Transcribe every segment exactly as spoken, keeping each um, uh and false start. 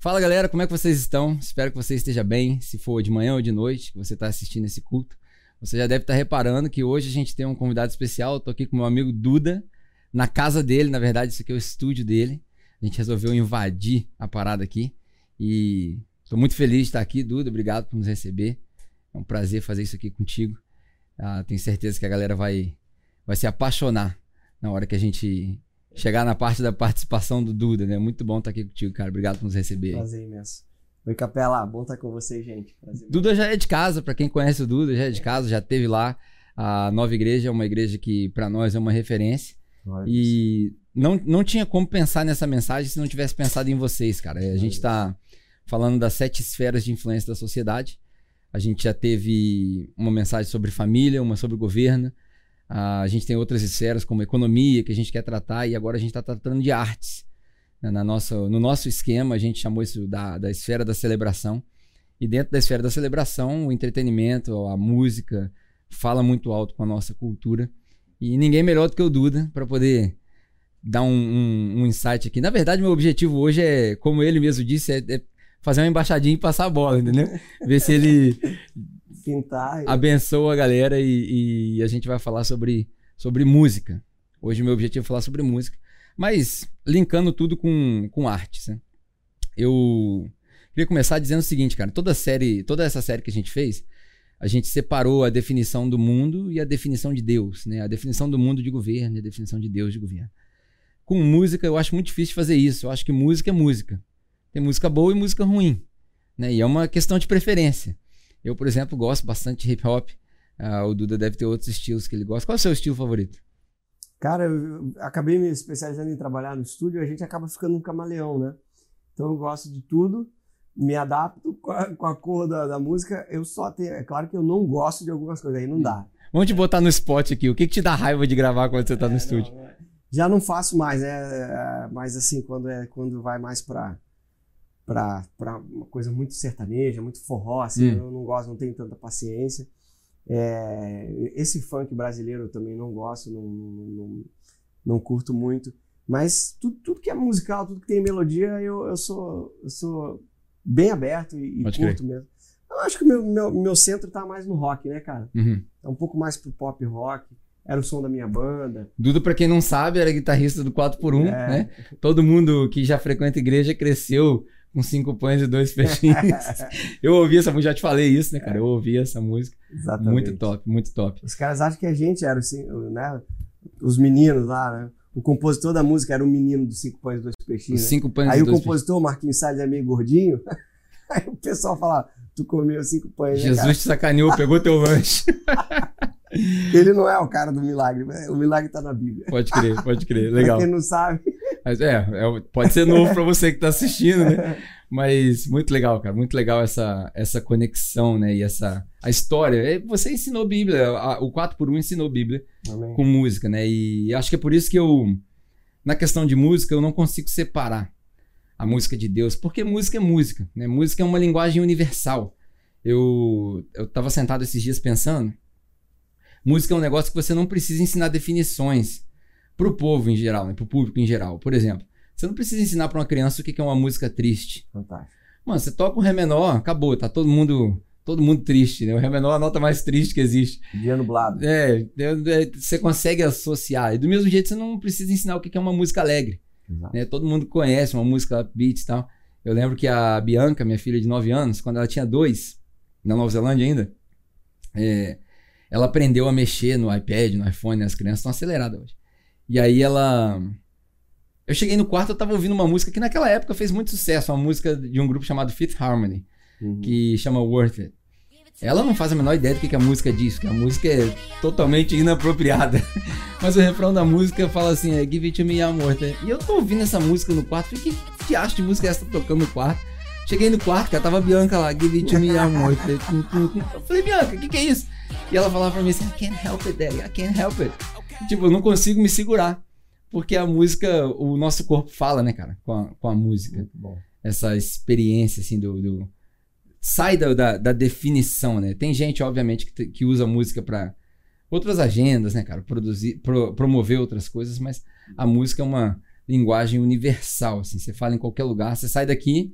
Fala galera, como é que vocês estão? Espero que você esteja bem, se for de manhã ou de noite que você está assistindo esse culto. Você já deve estar reparando que hoje a gente tem um convidado especial. Eu tô aqui com meu amigo Duda, na casa dele, na verdade isso aqui é o estúdio dele. A gente resolveu invadir a parada aqui e tô muito feliz de estar aqui, Duda, obrigado por nos receber. É um prazer fazer isso aqui contigo. Ah, tenho certeza que a galera vai, vai se apaixonar na hora que a gente chegar na parte da participação do Duda, né? Muito bom estar aqui contigo, cara. Obrigado por nos receber. Prazer imenso. Oi, Capela. Bom estar com vocês, gente. Prazer. Duda já é de casa, para quem conhece o Duda, já é de casa, já esteve lá. A Nova Igreja é uma igreja que para nós é uma referência. Nossa. E não, não tinha como pensar nessa mensagem se não tivesse pensado em vocês, cara. A gente está falando das sete esferas de influência da sociedade. A gente já teve uma mensagem sobre família, uma sobre governo. A gente tem outras esferas como economia que a gente quer tratar e agora a gente está tratando de artes. Na nossa, no nosso esquema a gente chamou isso da, da esfera da celebração e dentro da esfera da celebração o entretenimento, a música fala muito alto com a nossa cultura e ninguém melhor do que o Duda para poder dar um, um, um insight aqui. Na verdade meu objetivo hoje é, como ele mesmo disse, é, é fazer uma embaixadinha e passar a bola, entendeu? Ver se ele... Pintar, abençoa a galera e, e a gente vai falar sobre, sobre música. Hoje o meu objetivo é falar sobre música, mas linkando tudo com, com artes, né? Eu queria começar dizendo o seguinte, cara, toda série, toda essa série que a gente fez, a gente separou a definição do mundo e a definição de Deus, né? A definição do mundo de governo e a definição de Deus de governo. Com música eu acho muito difícil de fazer isso, eu acho que música é música. Tem música boa e música ruim, né? E é uma questão de preferência. Eu, por exemplo, gosto bastante de hip hop. Uh, o Duda deve ter outros estilos que ele gosta. Qual é o seu estilo favorito? Cara, eu acabei me especializando em trabalhar no estúdio e a gente acaba ficando um camaleão, né? Então eu gosto de tudo, me adapto com a, com a cor da, da música. Eu só tenho... É claro que eu não gosto de algumas coisas, aí não dá. Vamos te botar no spot aqui. O que, que te dá raiva de gravar quando você tá é, no estúdio? Não, já não faço mais, né? Mas assim, quando, é, quando vai mais pra... Pra, pra uma coisa muito sertaneja, muito forró, assim, hum. eu não gosto, não tenho tanta paciência. É, esse funk brasileiro eu também não gosto, não, não, não, não curto muito. Mas tudo, tudo que é musical, tudo que tem melodia, eu, eu, sou, eu sou bem aberto e, e curto crer. mesmo. Eu acho que o meu, meu, meu centro tá mais no rock, né, cara? Uhum. É um pouco mais pro pop rock. Era o som da minha banda. Duda, pra quem não sabe, era guitarrista do quatro por um, é. né? Todo mundo que já frequenta a igreja cresceu com cinco pães e dois peixinhos. Eu ouvi essa música, já te falei isso, né, cara? Eu ouvi essa música. Exatamente. Muito top, muito top. Os caras acham que a gente era assim, né? Os meninos lá, né? O compositor da música era um menino dos cinco pães e dois peixinhos. Né? Cinco pães Aí e o dois compositor, peixinhos. Marquinhos Salles, é meio gordinho. Aí o pessoal fala, tu comeu cinco pães, Jesus, né, te sacaneou, pegou teu lanche. Ele não é o cara do milagre, o milagre tá na Bíblia. Pode crer, pode crer, legal. Pra quem não sabe. Mas é, é, pode ser novo pra você que tá assistindo, né? Mas muito legal, cara, muito legal essa, essa conexão, né? E essa a história. Você ensinou Bíblia, a, o quatro por um ensinou Bíblia Amém. Com música, né? E acho que é por isso que eu, na questão de música, eu não consigo separar a música de Deus, porque música é música, né? Música é uma linguagem universal. Eu, eu tava sentado esses dias pensando, música é um negócio que você não precisa ensinar definições pro povo em geral, né? Pro público em geral. Por exemplo, você não precisa ensinar pra uma criança o que é uma música triste. Fantástico. Mano, você toca o Ré menor, acabou, tá todo mundo, todo mundo triste, né? O Ré menor é a nota mais triste que existe. Dia nublado. É, é, você consegue associar. E do mesmo jeito você não precisa ensinar o que é uma música alegre. Né? Todo mundo conhece uma música beat e tal. Eu lembro que a Bianca, minha filha de nove anos, quando ela tinha dois, na Nova Zelândia ainda, é, ela aprendeu a mexer no iPad, no iPhone, né? As crianças estão aceleradas hoje. E aí ela... Eu cheguei no quarto, eu tava ouvindo uma música que naquela época fez muito sucesso, uma música de um grupo chamado Fifth Harmony, uhum. que chama Worth It. Ela não faz a menor ideia do que, que a música diz, que a música é totalmente inapropriada. Mas o refrão da música fala assim, é Give it to me, I'm worth it. E eu tô ouvindo essa música no quarto, falei, que diacho de música é essa tocando no quarto? Cheguei no quarto, cara, tava a Bianca lá, Give it to me, I'm worth it. Eu falei, Bianca, o que que é isso? E ela falava pra mim assim, I can't help it, Daddy, I can't help it. Tipo, eu não consigo me segurar. Porque a música, o nosso corpo fala, né, cara, com a, com a música. Muito bom. Essa experiência, assim, do... do... sai da, da, da definição, né? Tem gente, obviamente, que, que usa música pra outras agendas, né, cara? Produzir, pro, promover outras coisas, mas a música é uma linguagem universal, assim. Você fala em qualquer lugar, você sai daqui,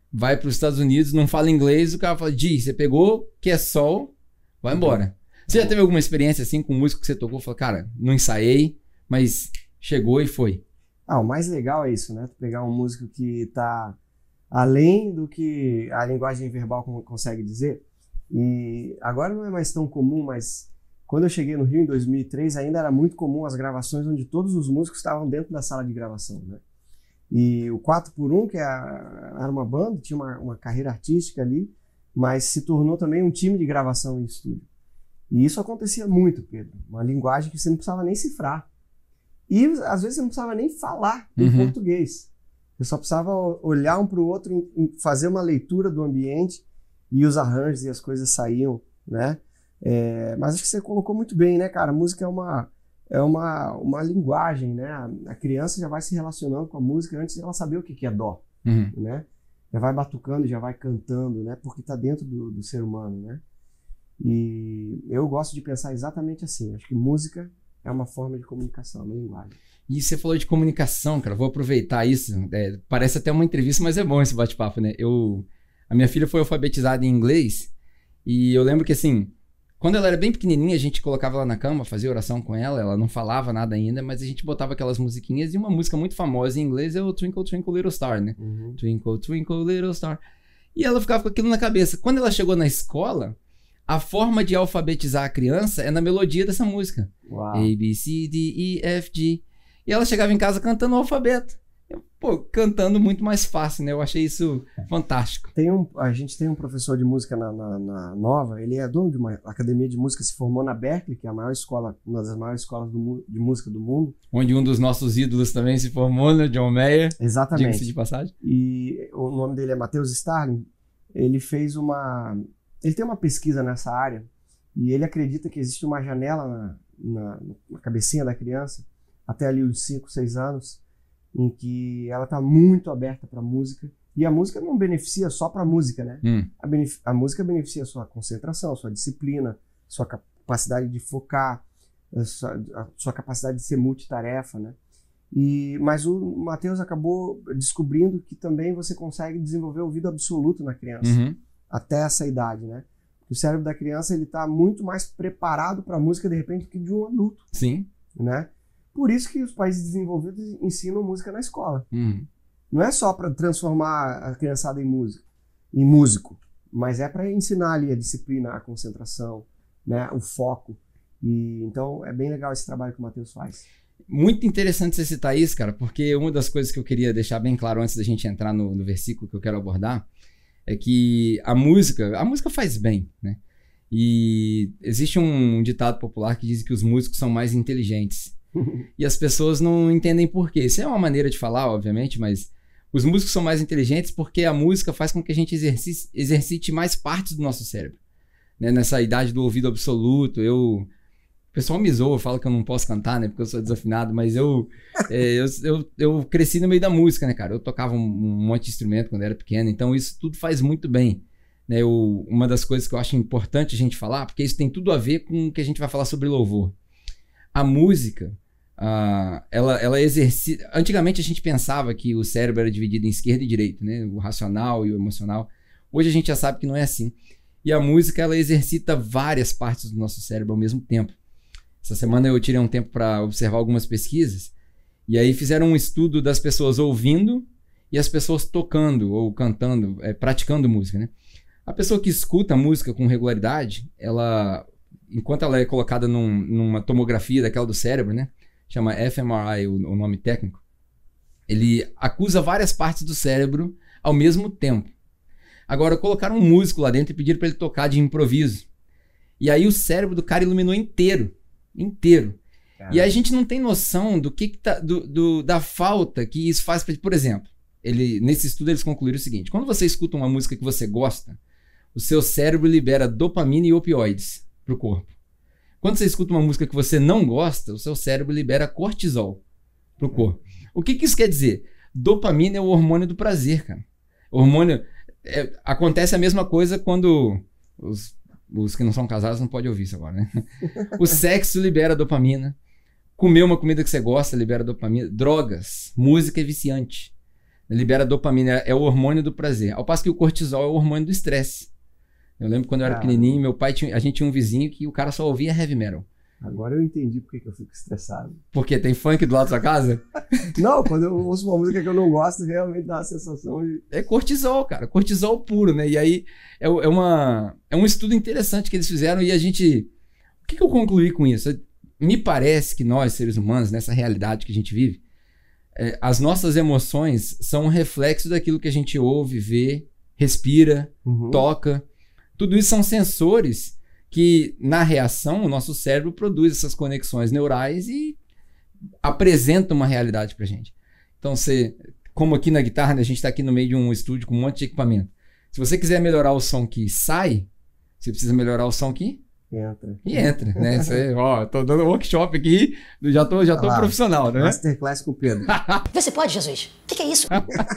vai para os Estados Unidos, não fala inglês, o cara fala, Di, você pegou, que é sol, vai embora. Você já teve alguma experiência assim com músico que você tocou? Falou, cara, não ensaiei, mas chegou e foi. Ah, o mais legal é isso, né? Tu pegar um músico que tá além do que a linguagem verbal consegue dizer. E agora não é mais tão comum, mas quando eu cheguei no Rio em dois mil e três, ainda era muito comum as gravações onde todos os músicos estavam dentro da sala de gravação, né? E o quatro por um, que era uma banda, tinha uma, uma carreira artística ali, mas se tornou também um time de gravação em estúdio. E isso acontecia muito, Pedro. Uma linguagem que você não precisava nem cifrar. E às vezes você não precisava nem falar em uhum. português. Você só precisava olhar um para o outro, fazer uma leitura do ambiente e os arranjos e as coisas saíam, né? É, mas acho que você colocou muito bem, né, cara? A música é uma, é uma, uma linguagem, né? A, a criança já vai se relacionando com a música antes de ela saber o que, que é dó, uhum. né? Já vai batucando, já vai cantando, né? Porque está dentro do, do ser humano, né? E eu gosto de pensar exatamente assim. Acho que música é uma forma de comunicação, uma linguagem. E você falou de comunicação, cara. Vou aproveitar isso. É, parece até uma entrevista, mas é bom esse bate-papo, né? Eu, a minha filha foi alfabetizada em inglês e eu lembro que, assim, quando ela era bem pequenininha, a gente colocava ela na cama, fazia oração com ela. Ela não falava nada ainda, mas a gente botava aquelas musiquinhas e uma música muito famosa em inglês é o Twinkle, Twinkle, Little Star, né? Uhum. Twinkle, Twinkle, Little Star. E ela ficava com aquilo na cabeça. Quando ela chegou na escola, a forma de alfabetizar a criança é na melodia dessa música. Uau. A, B, C, D, E, F, G. E ela chegava em casa cantando o alfabeto. Eu, pô, cantando muito mais fácil, né? Eu achei isso fantástico. Tem um, a gente tem um professor de música na, na, na Nova, ele é dono de uma academia de música, se formou na Berklee, que é a maior escola, uma das maiores escolas do, de música do mundo. Onde um dos nossos ídolos também se formou, né? John Mayer. Exatamente. Diga-se de passagem. E o nome dele é Matheus Starling. Ele fez uma... Ele tem uma pesquisa nessa área e ele acredita que existe uma janela na, na, na cabecinha da criança, até ali os cinco, seis anos, em que ela está muito aberta para a música. E a música não beneficia só para a música, né? Hum. A, benef- a música beneficia a sua concentração, a sua disciplina, sua capacidade de focar, a sua, a sua capacidade de ser multitarefa, né? E, mas o Matheus acabou descobrindo que também você consegue desenvolver o ouvido absoluto na criança. Uhum. Até essa idade, né? O cérebro da criança ele está muito mais preparado para a música de repente que de um adulto. Sim. Né? Por isso que os países desenvolvidos ensinam música na escola. Uhum. Não é só para transformar a criançada em música, em músico, mas é para ensinar ali a disciplina, a concentração, né? O foco. E então é bem legal esse trabalho que o Matheus faz. Muito interessante você citar isso, cara, porque uma das coisas que eu queria deixar bem claro antes da gente entrar no, no versículo que eu quero abordar é que a música, a música faz bem, né? E existe um ditado popular que diz que os músicos são mais inteligentes. E as pessoas não entendem por quê. Isso é uma maneira de falar, obviamente, mas os músicos são mais inteligentes porque a música faz com que a gente exercite, exercite mais partes do nosso cérebro. Né? Nessa idade do ouvido absoluto, eu... O pessoal me zoa, fala que eu não posso cantar, né? Porque eu sou desafinado, mas eu, é, eu, eu, eu cresci no meio da música, né, cara? Eu tocava um, um monte de instrumento quando eu era pequeno, então isso tudo faz muito bem. Né? Eu, uma das coisas que eu acho importante a gente falar, porque isso tem tudo a ver com o que a gente vai falar sobre louvor. A música, uh, ela, ela exercita... Antigamente a gente pensava que o cérebro era dividido em esquerda e direita, né? O racional e o emocional. Hoje a gente já sabe que não é assim. E a música, ela exercita várias partes do nosso cérebro ao mesmo tempo. Essa semana eu tirei um tempo para observar algumas pesquisas e aí fizeram um estudo das pessoas ouvindo e as pessoas tocando ou cantando, é, praticando música, né? A pessoa que escuta a música com regularidade, ela, enquanto ela é colocada num, numa tomografia daquela do cérebro, né? Chama F M R I, o, o nome técnico. Ele acusa várias partes do cérebro ao mesmo tempo. Agora, colocaram um músico lá dentro e pediram para ele tocar de improviso. E aí o cérebro do cara iluminou inteiro. inteiro. Caramba. E a gente não tem noção do que, que tá, do, do, da falta que isso faz. Pra, por exemplo, ele, nesse estudo eles concluíram o seguinte: quando você escuta uma música que você gosta, o seu cérebro libera dopamina e opioides para o corpo. Quando você escuta uma música que você não gosta, o seu cérebro libera cortisol para o corpo. O que, que isso quer dizer? Dopamina é o hormônio do prazer, cara. O hormônio... É, acontece a mesma coisa quando... Os, Os que não são casados não podem ouvir isso agora, né? O sexo libera dopamina. Comer uma comida que você gosta libera dopamina. Drogas. Música é viciante. Libera dopamina, é o hormônio do prazer. Ao passo que o cortisol é o hormônio do estresse. Eu lembro quando eu era ah, pequenininho, meu pai tinha, a gente tinha um vizinho que o cara só ouvia heavy metal. Agora eu entendi por que eu fico estressado. Por quê? Tem funk do lado da sua casa? Não, quando eu ouço uma música que eu não gosto, realmente dá uma sensação de... É cortisol, cara. Cortisol puro, né? E aí é, é, uma, é um estudo interessante que eles fizeram e a gente... O que, que eu concluí com isso? Me parece que nós, seres humanos, nessa realidade que a gente vive, é, as nossas emoções são um reflexo daquilo que a gente ouve, vê, respira, uhum. toca. Tudo isso são sensores que, na reação, o nosso cérebro produz essas conexões neurais e apresenta uma realidade pra gente. Então, você, como aqui na guitarra, né, a gente está aqui no meio de um estúdio com um monte de equipamento. Se você quiser melhorar o som que sai, você precisa melhorar o som que entra. E entra, né? Você, ó, tô dando workshop aqui, já tô, já tô ah, profissional, né? Masterclass com o Pedro. Você pode, Jesus? O que, que é isso?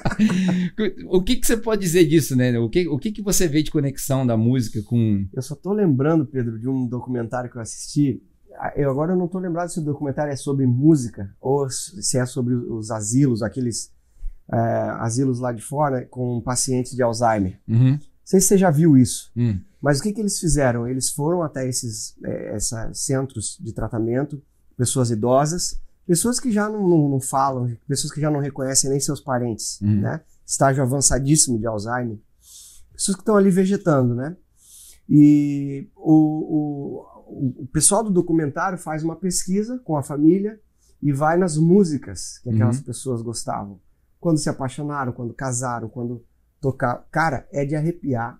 O que, que você pode dizer disso, né? O que, o que, que você vê de conexão da música com... Eu só tô lembrando, Pedro, de um documentário que eu assisti. Eu agora não tô lembrado se o documentário é sobre música ou se é sobre os asilos, aqueles é, asilos lá de fora com pacientes de Alzheimer. Uhum. Não sei se você já viu isso. Hum. Mas o que, que eles fizeram? Eles foram até esses é, essa, centros de tratamento, pessoas idosas, pessoas que já não, não, não falam, pessoas que já não reconhecem nem seus parentes, uhum. né? Estágio avançadíssimo de Alzheimer. Pessoas que estão ali vegetando, né? E o, o, o pessoal do documentário faz uma pesquisa com a família e vai nas músicas que aquelas uhum. pessoas gostavam. Quando se apaixonaram, quando casaram, quando tocaram. Cara, é de arrepiar.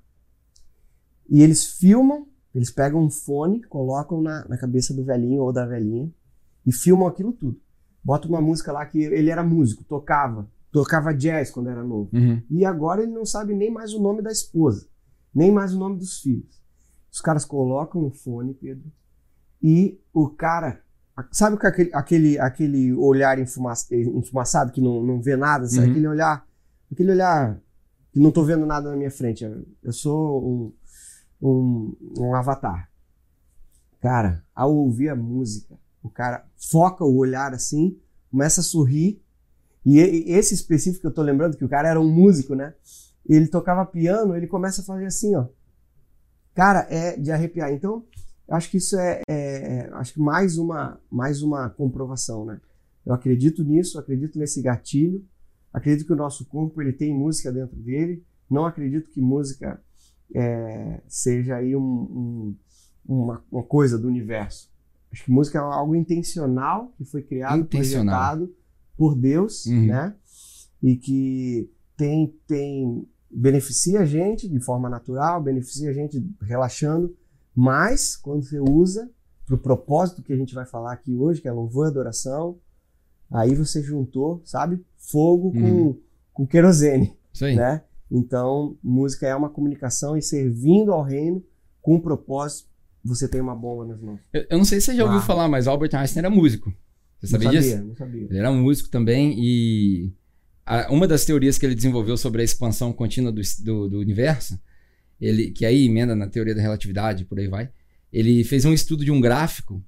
E eles filmam, eles pegam um fone, colocam na, na cabeça do velhinho ou da velhinha e filmam aquilo tudo. Bota uma música lá que ele era músico, tocava, tocava jazz quando era novo. Uhum. E agora ele não sabe nem mais o nome da esposa, nem mais o nome dos filhos. Os caras colocam o fone, Pedro, e o cara... Sabe aquele, aquele, aquele olhar enfumaçado que não, não vê nada? Sabe? Uhum. Aquele olhar, aquele olhar que não tô vendo nada na minha frente. Eu sou um... Um, um avatar. Cara, ao ouvir a música, o cara foca o olhar assim, começa a sorrir, e esse específico que eu tô lembrando, que o cara era um músico, né? Ele tocava piano, ele começa a fazer assim, ó. Cara, é de arrepiar. Então, eu acho que isso é, é acho que mais uma, mais uma comprovação, né? Eu acredito nisso, acredito nesse gatilho, acredito que o nosso corpo ele tem música dentro dele, não acredito que música É, seja aí um, um, uma, uma coisa do universo. Acho que música é algo intencional, que foi criado, projetado por Deus, uhum. né? E que tem, tem, beneficia a gente de forma natural, beneficia a gente relaxando, mas quando você usa para o propósito que a gente vai falar aqui hoje, que é louvor e adoração, aí você juntou, sabe? Fogo uhum. com, com querosene. Isso aí. Né? Então, música é uma comunicação e servindo ao reino com um propósito, você tem uma bomba nas mãos. Eu, eu não sei se você já ouviu ah. falar, mas Albert Einstein era músico. Você sabia, não sabia disso? Não sabia. Ele era um músico também e a, uma das teorias que ele desenvolveu sobre a expansão contínua do, do, do universo, ele, que aí emenda na teoria da relatividade, por aí vai, ele fez um estudo de um gráfico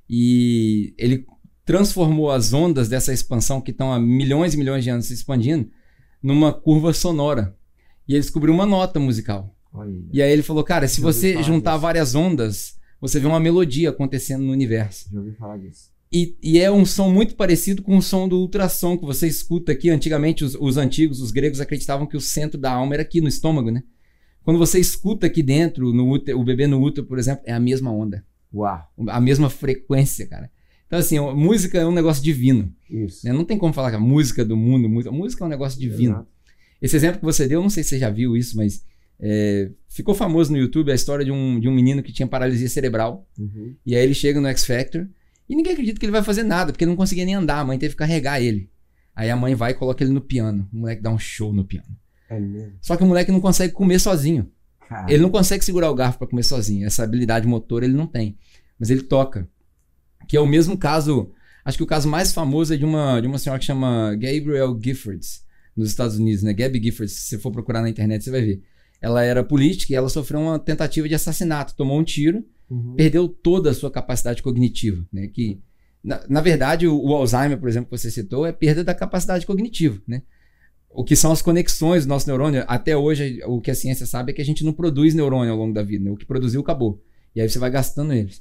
e ele transformou as ondas dessa expansão que estão há milhões e milhões de anos se expandindo numa curva sonora. E ele descobriu uma nota musical. Olha. E aí ele falou, cara, se você juntar várias ondas, você vê uma melodia acontecendo no universo. Já ouvi falar disso. E, e é um som muito parecido com o som do ultrassom que você escuta aqui. Antigamente, os, os antigos, os gregos, acreditavam que o centro da alma era aqui no estômago, né? Quando você escuta aqui dentro, no útero, o bebê no útero, por exemplo, é a mesma onda. Uau! A mesma frequência, cara. Então, assim, a música é um negócio divino. Isso. Né? Não tem como falar que a música do mundo, a música é um negócio divino. Exato. Esse exemplo que você deu, não sei se você já viu isso, mas é, ficou famoso no YouTube a história de um, de um menino que tinha paralisia cerebral. Uhum. E aí ele chega no X Factor e ninguém acredita que ele vai fazer nada, porque ele não conseguia nem andar, a mãe teve que carregar ele. Aí a mãe vai e coloca ele no piano. O moleque dá um show no piano. É mesmo? Só que o moleque não consegue comer sozinho. Caramba. Ele não consegue segurar o garfo para comer sozinho. Essa habilidade motora ele não tem. Mas ele toca. Que é o mesmo caso, acho que o caso mais famoso é de uma, de uma senhora que chama Gabrielle Giffords, nos Estados Unidos, né? Gabby Giffords, se você for procurar na internet, você vai ver. Ela era política e ela sofreu uma tentativa de assassinato. Tomou um tiro, uhum. perdeu toda a sua capacidade cognitiva, né? Que, na, na verdade, o, o Alzheimer, por exemplo, que você citou, é perda da capacidade cognitiva, né? o que são as conexões do nosso neurônio. Até hoje, o que a ciência sabe é que a gente não produz neurônio ao longo da vida, né? O que produziu acabou. E aí você vai gastando eles.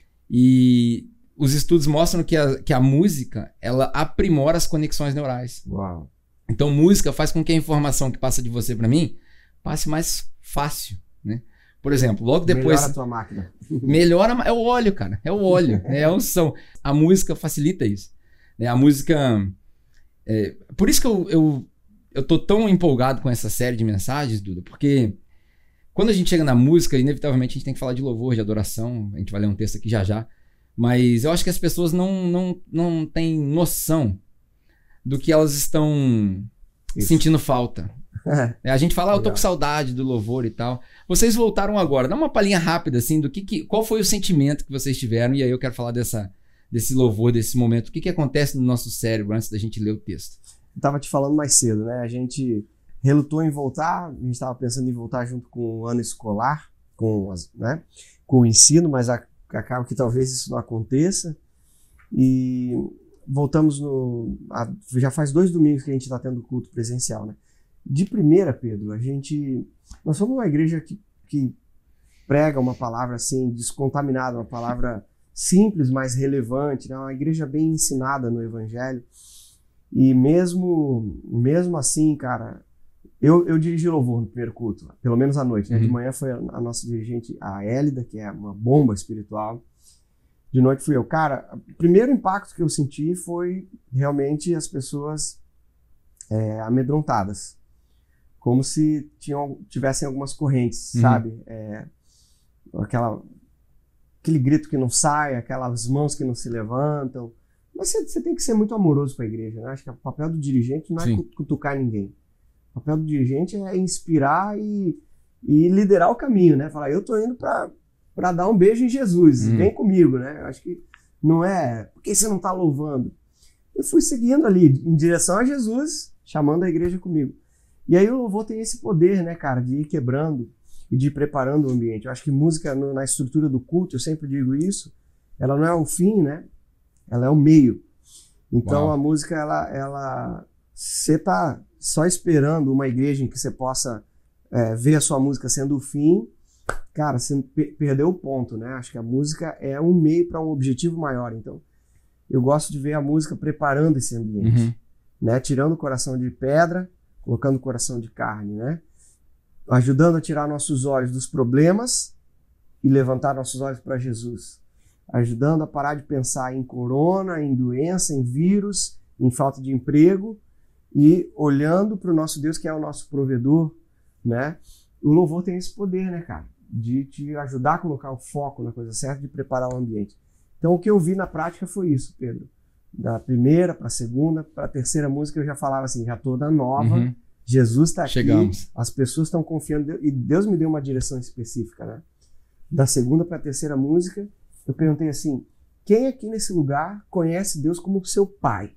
E os estudos mostram que a, que a música, ela aprimora as conexões neurais. Uau. Então, música faz com que a informação que passa de você para mim passe mais fácil, né? Por exemplo, logo depois... Melhora a tua máquina. Melhora... É o óleo, cara. É o óleo. É a unção. A música facilita isso. É, a música... É, por isso que eu, eu, eu tô tão empolgado com essa série de mensagens, Duda, porque quando a gente chega na música, inevitavelmente a gente tem que falar de louvor, de adoração. A gente vai ler um texto aqui já já. Mas eu acho que as pessoas não, não, não têm noção do que elas estão isso. sentindo falta. É, a gente fala, ah, eu tô com saudade do louvor e tal. Vocês voltaram agora. Dá uma palhinha rápida, assim, do que, que qual foi o sentimento que vocês tiveram. E aí eu quero falar dessa, desse louvor, desse momento. O que, que acontece no nosso cérebro antes da gente ler o texto? Eu tava te falando mais cedo, né? A gente relutou em voltar. A gente tava pensando em voltar junto com o ano escolar, com, as, né? com o ensino, mas a, acaba que talvez isso não aconteça. E voltamos no... A, já faz dois domingos que a gente tá tendo culto presencial, né? De primeira, Pedro, a gente... Nós somos uma igreja que, que prega uma palavra assim, descontaminada, uma palavra simples, mas relevante, né? Uma igreja bem ensinada no Evangelho. E mesmo, mesmo assim, cara, eu, eu dirigi louvor no primeiro culto, pelo menos à noite, né? Uhum. De manhã foi a, a nossa dirigente, a Hélida, que é uma bomba espiritual. De noite fui eu. Cara, o primeiro impacto que eu senti foi realmente as pessoas é, amedrontadas. Como se tinham, tivessem algumas correntes, uhum. sabe? É, aquela, aquele grito que não sai, aquelas mãos que não se levantam. Mas você, você tem que ser muito amoroso com a igreja, né? Acho que o papel do dirigente não é Sim. cutucar ninguém. O papel do dirigente é inspirar e, e liderar o caminho, né? Falar, eu tô indo para para dar um beijo em Jesus, uhum. vem comigo, né? Acho que não é... Por que você não tá louvando? Eu fui seguindo ali, em direção a Jesus, chamando a igreja comigo. E aí o louvor tem esse poder, né, cara, de ir quebrando e de ir preparando o ambiente. Eu acho que música, no, na estrutura do culto, eu sempre digo isso, ela não é o fim, né? Ela é o meio. Então Uau. A música, ela, ela... Você tá só esperando uma igreja em que você possa é, ver a sua música sendo o fim, cara, você per- perdeu o ponto, né? Acho que a música é um meio para um objetivo maior. Então, eu gosto de ver a música preparando esse ambiente, uhum. né? Tirando o coração de pedra, colocando o coração de carne, né? Ajudando a tirar nossos olhos dos problemas e levantar nossos olhos para Jesus. Ajudando a parar de pensar em corona, em doença, em vírus, em falta de emprego e olhando para o nosso Deus, que é o nosso provedor, né? O louvor tem esse poder, né, cara? De te ajudar a colocar o foco na coisa certa, de preparar o ambiente. Então, o que eu vi na prática foi isso, Pedro. Da primeira para a segunda, para a terceira música, eu já falava assim, já estou na nova, uhum. Jesus está aqui, Chegamos. As pessoas estão confiando, e Deus me deu uma direção específica, né? Da segunda para a terceira música, eu perguntei assim, quem aqui nesse lugar conhece Deus como seu pai?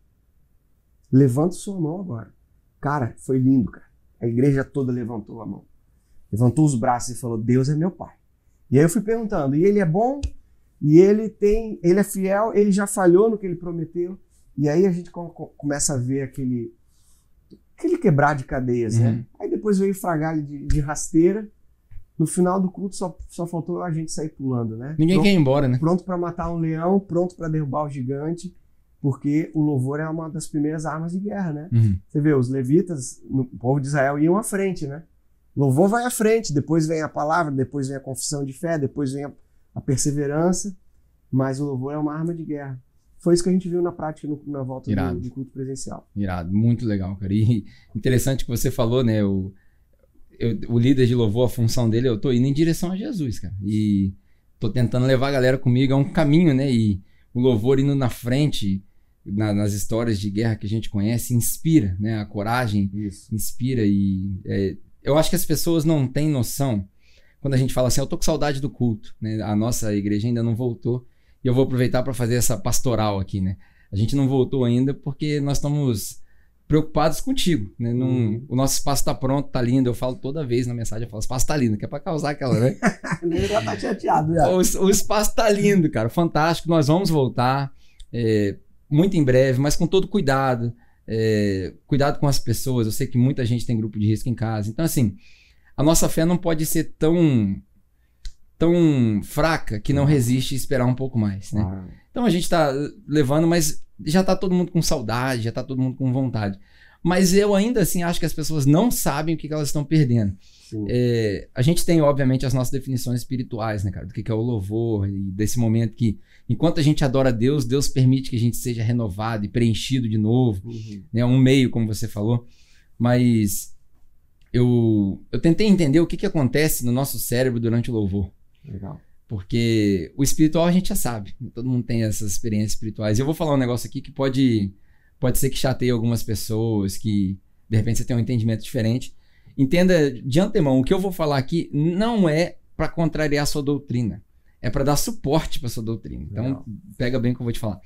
Levanta sua mão agora. Cara, foi lindo, cara. A igreja toda levantou a mão. Levantou os braços e falou, Deus é meu pai. E aí eu fui perguntando, e ele é bom? E ele tem, ele é fiel, ele já falhou no que ele prometeu. E aí a gente começa a ver aquele, aquele quebrar de cadeias, uhum. né? Aí depois veio o fragalho de, de rasteira. No final do culto só, só faltou a gente sair pulando, né? Ninguém pronto, quer ir embora, né? Pronto para matar um leão, pronto para derrubar o gigante, porque o louvor é uma das primeiras armas de guerra, né? Uhum. Você vê, os levitas, no povo de Israel, iam à frente, né? Louvor vai à frente, depois vem a palavra, depois vem a confissão de fé, depois vem a, a perseverança, mas o louvor é uma arma de guerra. Foi isso que a gente viu na prática no, na volta do, do culto presencial. Irado, muito legal, cara. E interessante que você falou, né? O, eu, o líder de louvor, a função dele, eu tô indo em direção a Jesus, cara. E tô tentando levar a galera comigo, é um caminho, né? E o louvor indo na frente, na, nas histórias de guerra que a gente conhece, inspira, né? A coragem isso. inspira e... É, eu acho que as pessoas não têm noção quando a gente fala assim, eu tô com saudade do culto, né? A nossa igreja ainda não voltou e eu vou aproveitar para fazer essa pastoral aqui, né? A gente não voltou ainda porque nós estamos preocupados contigo, né? Num, hum. O nosso espaço tá pronto, tá lindo, eu falo toda vez na mensagem, eu falo, o espaço tá lindo, que é para causar aquela, né? Ele já tá chateado, já. O, o espaço tá lindo, cara, fantástico, nós vamos voltar, é, muito em breve, mas com todo cuidado, É, cuidado com as pessoas. Eu sei que muita gente tem grupo de risco em casa. Então, assim, a nossa fé não pode ser tão, tão fraca que não resiste esperar um pouco mais, né? Ah. Então a gente tá levando, mas já tá todo mundo com saudade, já tá todo mundo com vontade. Mas eu ainda assim acho que as pessoas não sabem o que, que elas estão perdendo. É, a gente tem, obviamente, as nossas definições espirituais, né, cara? Do que, que é o louvor e desse momento que, enquanto a gente adora a Deus, Deus permite que a gente seja renovado e preenchido de novo. Uhum. Né? Um meio, como você falou. Mas eu, eu tentei entender o que, que acontece no nosso cérebro durante o louvor. Legal. Porque o espiritual a gente já sabe. Todo mundo tem essas experiências espirituais. E eu vou falar um negócio aqui que pode, pode ser que chateie algumas pessoas, que de repente você tem um entendimento diferente. Entenda de antemão, o que eu vou falar aqui não é para contrariar a sua doutrina. É para dar suporte para sua doutrina. Então, Legal. Pega bem o que eu vou te falar.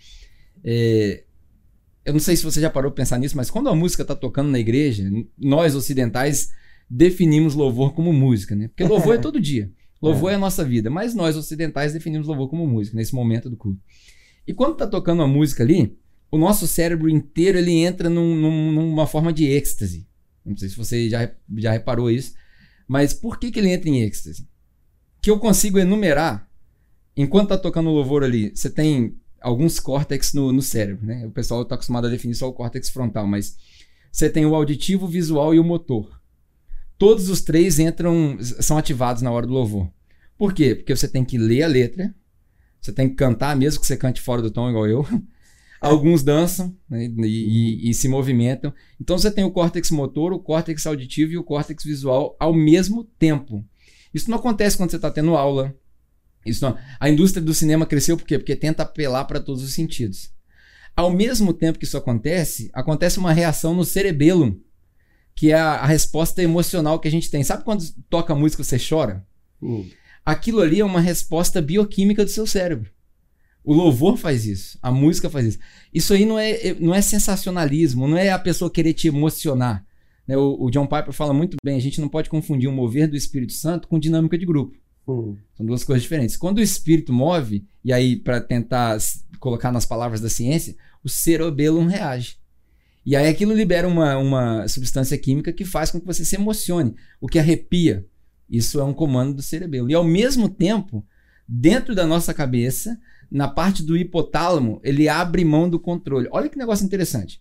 É, eu não sei se você já parou para pensar nisso, mas quando a música está tocando na igreja, nós ocidentais definimos louvor como música, né? Porque louvor é todo dia. Louvor é. é a nossa vida. Mas nós ocidentais definimos louvor como música, nesse momento do culto. E quando está tocando a música ali, o nosso cérebro inteiro ele entra num, num, numa forma de êxtase. Não sei se você já, já reparou isso. Mas por que, que ele entra em êxtase? Que eu consigo enumerar, enquanto está tocando o louvor ali, você tem alguns córtex no, no cérebro, né? O pessoal está acostumado a definir só o córtex frontal, mas você tem o auditivo, o visual e o motor. Todos os três entram, são ativados na hora do louvor. Por quê? Porque você tem que ler a letra, você tem que cantar, mesmo que você cante fora do tom, igual eu. Alguns dançam, né, e, e, e se movimentam. Então você tem o córtex motor, o córtex auditivo e o córtex visual ao mesmo tempo. Isso não acontece quando você está tendo aula. Isso não... A indústria do cinema cresceu por quê? Porque tenta apelar para todos os sentidos. Ao mesmo tempo que isso acontece, acontece uma reação no cerebelo, que é a, a resposta emocional que a gente tem. Sabe quando toca música e você chora? Uhum. Aquilo ali é uma resposta bioquímica do seu cérebro. O louvor faz isso, a música faz isso. Isso aí não é, não é sensacionalismo, não é a pessoa querer te emocionar. Né? O, o John Piper fala muito bem, a gente não pode confundir o mover do Espírito Santo com dinâmica de grupo. Uhum. São duas coisas diferentes. Quando o Espírito move, e aí para tentar colocar nas palavras da ciência, o cerebelo reage. E aí aquilo libera uma, uma substância química que faz com que você se emocione, o que arrepia. Isso é um comando do cerebelo. E ao mesmo tempo, dentro da nossa cabeça, na parte do hipotálamo, ele abre mão do controle. Olha que negócio interessante.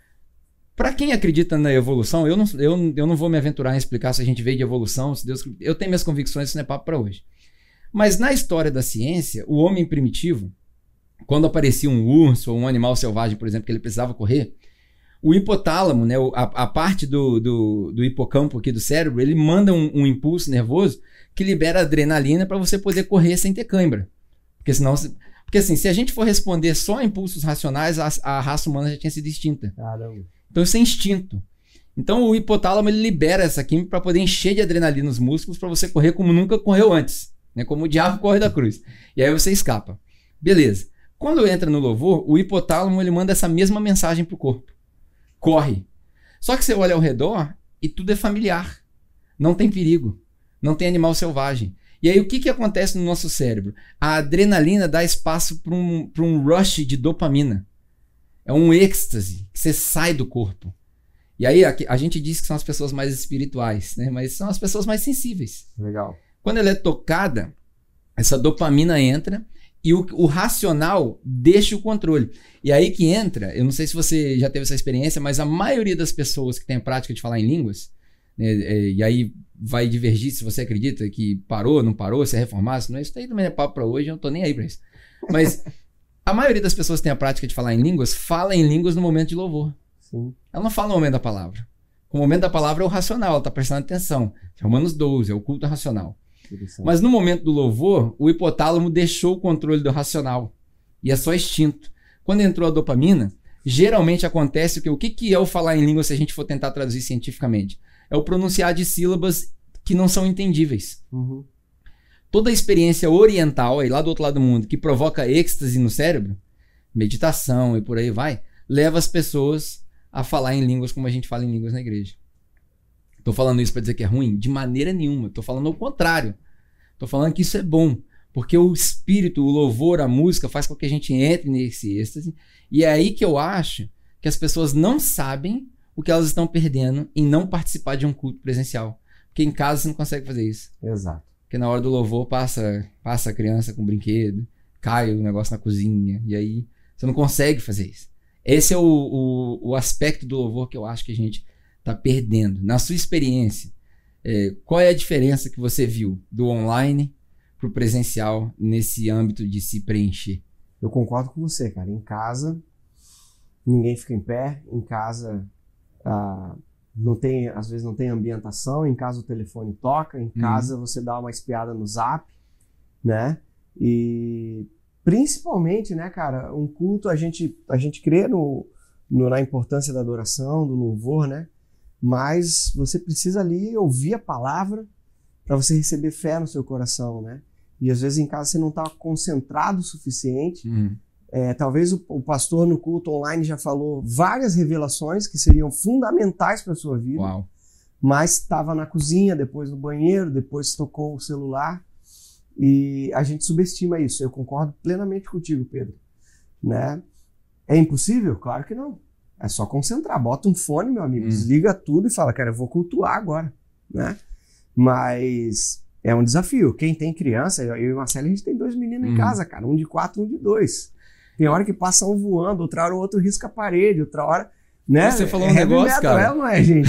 Para quem acredita na evolução, eu não, eu, eu não vou me aventurar em explicar se a gente veio de evolução, se Deus, eu tenho minhas convicções, isso não é papo para hoje. Mas na história da ciência, o homem primitivo, quando aparecia um urso ou um animal selvagem, por exemplo, que ele precisava correr, o hipotálamo, né, a, a parte do, do, do hipocampo aqui do cérebro, ele manda um, um impulso nervoso que libera adrenalina para você poder correr sem ter cãibra. Porque senão... Porque assim, se a gente for responder só a impulsos racionais, a, a raça humana já tinha sido extinta. Caramba. Então isso é instinto. Então o hipotálamo ele libera essa química para poder encher de adrenalina os músculos para você correr como nunca correu antes. Né? Como o diabo corre da cruz. E aí você escapa. Beleza. Quando entra no louvor, o hipotálamo ele manda essa mesma mensagem pro corpo. Corre. Só que você olha ao redor e tudo é familiar. Não tem perigo. Não tem animal selvagem. E aí o que, que acontece no nosso cérebro? A adrenalina dá espaço para um, para um rush de dopamina. É um êxtase que você sai do corpo. E aí a, a gente diz que são as pessoas mais espirituais, né? Mas são as pessoas mais sensíveis. Legal. Quando ela é tocada, essa dopamina entra e o, o racional deixa o controle. E aí que entra, eu não sei se você já teve essa experiência, mas a maioria das pessoas que tem a prática de falar em línguas, né, é, e aí vai divergir se você acredita que parou, não parou, se é reformado, se não é, isso aí também é papo pra hoje, eu não tô nem aí pra isso. Mas a maioria das pessoas que tem a prática de falar em línguas, fala em línguas no momento de louvor. Sim. Ela não fala no momento da palavra. O momento da palavra é o racional, ela tá prestando atenção. Romanos doze, é o culto racional. Mas no momento do louvor, o hipotálamo deixou o controle do racional. E é só instinto. Quando entrou a dopamina, geralmente acontece o que, o que, que é o falar em língua se a gente for tentar traduzir cientificamente? É o pronunciar de sílabas que não são entendíveis. Uhum. Toda a experiência oriental, aí lá do outro lado do mundo, que provoca êxtase no cérebro, meditação e por aí vai, leva as pessoas a falar em línguas como a gente fala em línguas na igreja. Estou falando isso para dizer que é ruim? De maneira nenhuma. Estou falando o contrário. Estou falando que isso é bom. Porque o espírito, o louvor, a música faz com que a gente entre nesse êxtase. E é aí que eu acho que as pessoas não sabem o que elas estão perdendo em não participar de um culto presencial. Porque em casa você não consegue fazer isso. Exato. Porque na hora do louvor passa, passa a criança com brinquedo, cai o negócio na cozinha, e aí você não consegue fazer isso. Esse é o, o, o aspecto do louvor que eu acho que a gente está perdendo. Na sua experiência, é, qual é a diferença que você viu do online para o presencial nesse âmbito de se preencher? Eu concordo com você, cara. Em casa, ninguém fica em pé. Em casa, ah, não tem, às vezes não tem ambientação. Em casa o telefone toca. Em casa uhum. você dá uma espiada no Zap, né? E principalmente, né, cara, um culto, a gente, a gente crê no, no, na importância da adoração, do louvor, né? Mas você precisa ali ouvir a palavra para você receber fé no seu coração, né? E às vezes em casa você não está concentrado o suficiente. Uhum. É, talvez o, o pastor no culto online já falou várias revelações que seriam fundamentais para a sua vida. Uau. Mas estava na cozinha, depois no banheiro, depois tocou o celular. E a gente subestima isso. Eu concordo plenamente contigo, Pedro. Né? É impossível? Claro que não. É só concentrar. Bota um fone, meu amigo, hum. desliga tudo e fala, cara, eu vou cultuar agora. Né? Mas é um desafio. Quem tem criança, eu e o Marcelo, a gente tem dois meninos hum. em casa, cara. Um de quatro, um de dois. Tem hora que passa um voando, outra hora o outro risca a parede, outra hora... Né? Você falou é um negócio, metal, cara. É ou não é, gente?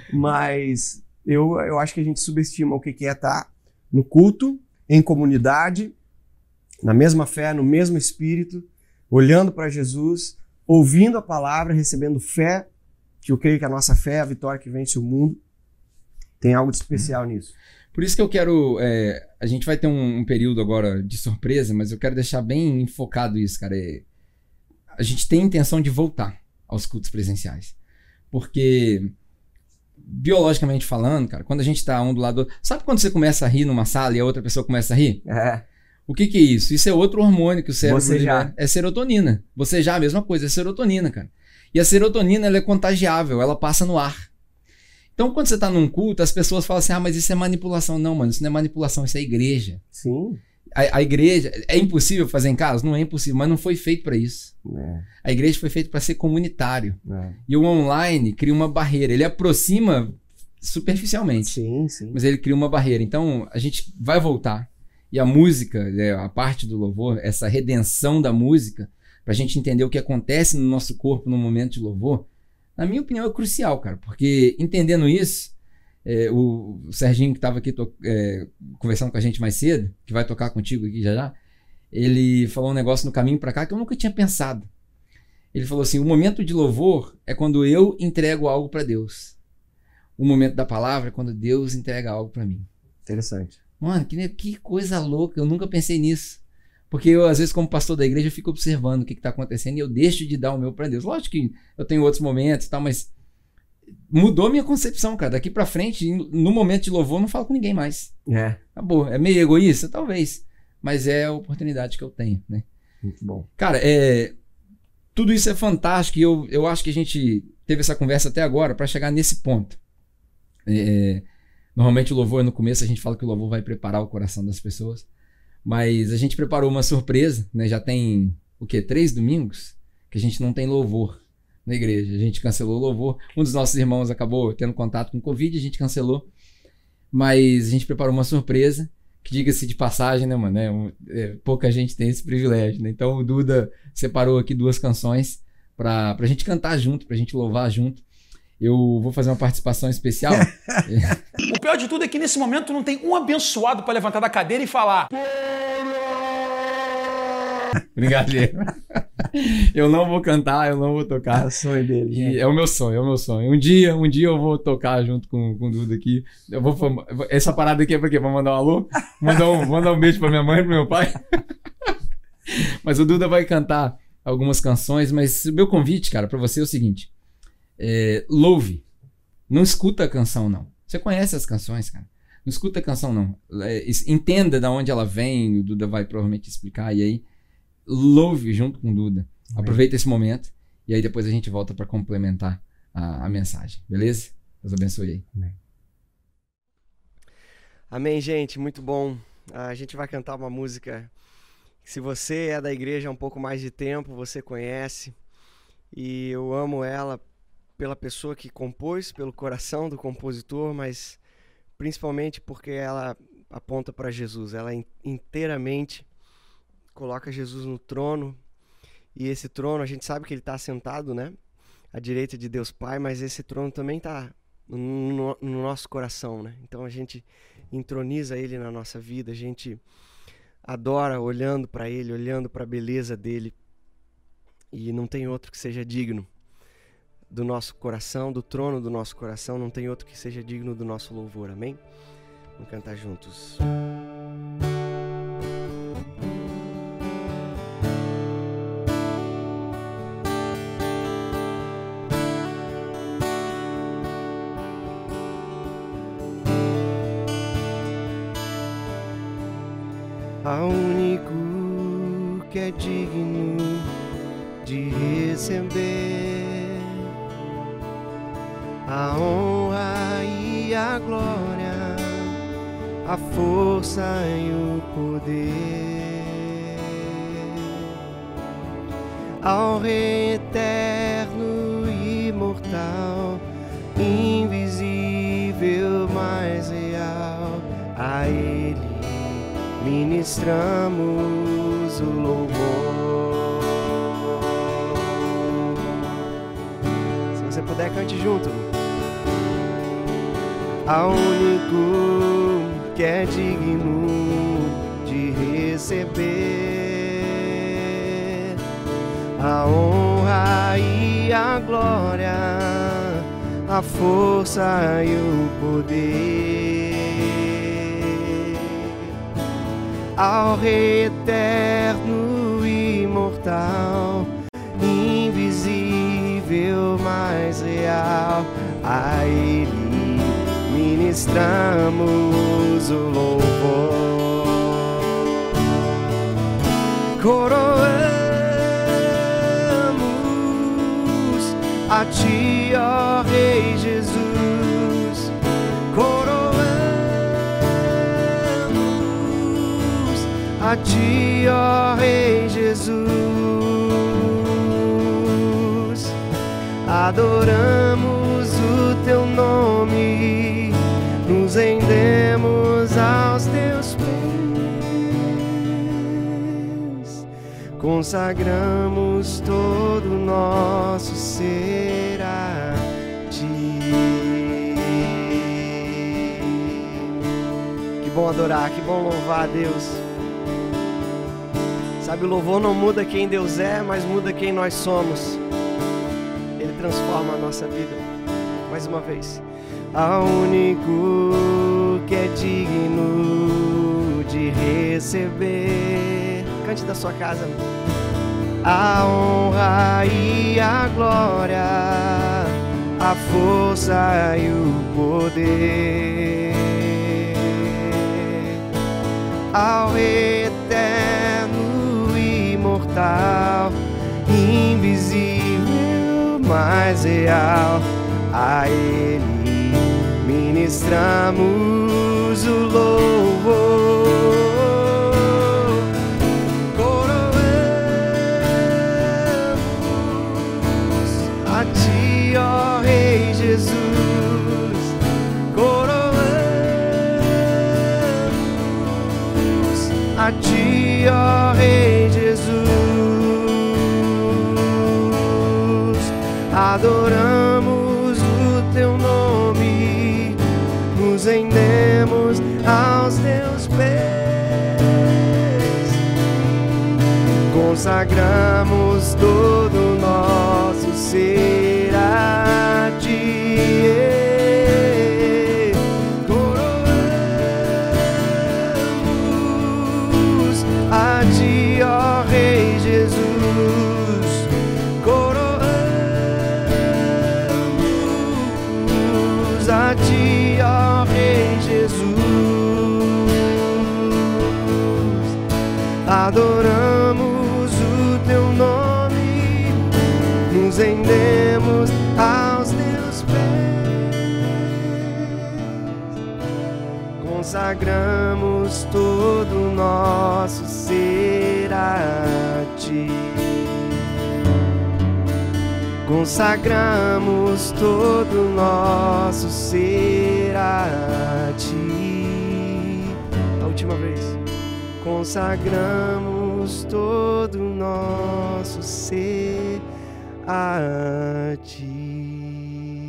Mas eu, eu acho que a gente subestima o que é estar no culto, em comunidade, na mesma fé, no mesmo espírito, olhando para Jesus, ouvindo a palavra, recebendo fé, que eu creio que a nossa fé é a vitória que vence o mundo. Tem algo de especial nisso. Por isso que eu quero... É, a gente vai ter um, um período agora de surpresa, mas eu quero deixar bem enfocado isso, cara. É, a gente tem a intenção de voltar aos cultos presenciais. Porque... biologicamente falando, cara, quando a gente tá um do lado do outro... Sabe quando você começa a rir numa sala e a outra pessoa começa a rir? É. O que que é isso? Isso é outro hormônio que o cérebro... Você já. É serotonina. Você já, a mesma coisa, é serotonina, cara. E a serotonina, ela é contagiável, ela passa no ar. Então, quando você tá num culto, as pessoas falam assim, ah, mas isso é manipulação. Não, mano, isso não é manipulação, isso é igreja. Sim. A, a igreja... É impossível fazer em casa? Não é impossível, mas não foi feito para isso. É. A igreja foi feita para ser comunitário. É. E o online cria uma barreira. Ele aproxima superficialmente. Sim, sim. Mas ele cria uma barreira. Então, a gente vai voltar. E a música, a parte do louvor, essa redenção da música, para a gente entender o que acontece no nosso corpo no momento de louvor, na minha opinião, é crucial, cara. Porque entendendo isso, é, o, o Serginho que estava aqui to, é, conversando com a gente mais cedo, que vai tocar contigo aqui já já, ele falou um negócio no caminho para cá que eu nunca tinha pensado. Ele falou assim, o momento de louvor é quando eu entrego algo para Deus. O momento da palavra é quando Deus entrega algo para mim. Interessante. Mano, que, que coisa louca, eu nunca pensei nisso. Porque eu, às vezes, como pastor da igreja, eu fico observando o que está acontecendo e eu deixo de dar o meu para Deus. Lógico que eu tenho outros momentos e tal, mas mudou minha concepção, cara. Daqui para frente, no momento de louvor, eu não falo com ninguém mais. É. Acabou. É meio egoísta? Talvez. Mas é a oportunidade que eu tenho, né? Muito bom. Cara, é... tudo isso é fantástico e eu, eu acho que a gente teve essa conversa até agora para chegar nesse ponto. É... Normalmente o louvor, no começo, a gente fala que o louvor vai preparar o coração das pessoas. Mas a gente preparou uma surpresa, né? Já tem, o quê? Três domingos que a gente não tem louvor na igreja. A gente cancelou o louvor. Um dos nossos irmãos acabou tendo contato com Covid, a gente cancelou. Mas a gente preparou uma surpresa, que diga-se de passagem, né, mano? É, é, pouca gente tem esse privilégio, né? Então o Duda separou aqui duas canções pra, pra gente cantar junto, pra gente louvar junto. Eu vou fazer uma participação especial. O pior de tudo é que nesse momento não tem um abençoado para levantar da cadeira e falar... Brincadeira. Eu não vou cantar, eu não vou tocar. É o sonho dele. E é o meu sonho, é o meu sonho. Um dia, um dia eu vou tocar junto com, com o Duda aqui. Eu vou, essa parada aqui é pra quê? Pra mandar um alô? Mandar um, mandar um beijo pra minha mãe e pro meu pai? Mas o Duda vai cantar algumas canções, mas o meu convite, cara, pra você é o seguinte. É, louve. Não escuta a canção, não. Você conhece as canções, cara. Não escuta a canção, não. É, entenda de onde ela vem. O Duda vai provavelmente explicar. E aí, louve junto com o Duda. Amém. Aproveita esse momento. E aí depois a gente volta para complementar a, a mensagem. Beleza? Deus abençoe aí. Amém. Amém, gente. Muito bom. A gente vai cantar uma música que, se você é da igreja há um pouco mais de tempo, você conhece. E eu amo ela pela pessoa que compôs, pelo coração do compositor, mas principalmente porque ela aponta para Jesus. Ela inteiramente coloca Jesus no trono. E esse trono, a gente sabe que ele está sentado, né, à direita de Deus Pai, mas esse trono também está no, no nosso coração, né? Então a gente entroniza ele na nossa vida, a gente adora olhando para ele, olhando para a beleza dele. E não tem outro que seja digno do nosso coração, do trono do nosso coração, não tem outro que seja digno do nosso louvor, amém? Vamos cantar juntos. Ao único que é digno de receber a honra e a glória, a força e o poder, ao Rei eterno e imortal, invisível, mais real, a Ele ministramos o louvor. Se você puder, cante junto. Ao único que é digno de receber a honra e a glória, a força e o poder, ao Rei eterno e imortal, invisível, mais real, a Ele ministramos o louvor. Coroamos a Ti, ó Rei Jesus, coroamos a Ti, ó Rei Jesus, adoramos o Teu nome, nos rendemos aos Teus pés, consagramos todo o nosso ser a Ti. Que bom adorar, que bom louvar a Deus. Sabe, o louvor não muda quem Deus é, mas muda quem nós somos. Ele transforma a nossa vida. Mais uma vez. Ao único que é digno de receber, cante da sua casa, a honra e a glória, a força e o poder, ao Rei eterno e imortal, invisível, mais real, a Ele ministramos o louvor. Coroamos a Ti, ó Rei Jesus, coroamos a Ti, ó Rei Jesus, adoramos o Teu nome, nos rendemos aos Teus pés, consagramos todo o nosso ser a Ti. Coroamos a Ti, ó Rei Jesus, coroamos a Ti, ó Rei Jesus, adoramos o Teu nome, nos rendemos aos Teus pés, consagramos todo o nosso ser a Ti. consagramos todo o nosso ser a Ti. A última vez. Consagramos todo o nosso ser a Ti.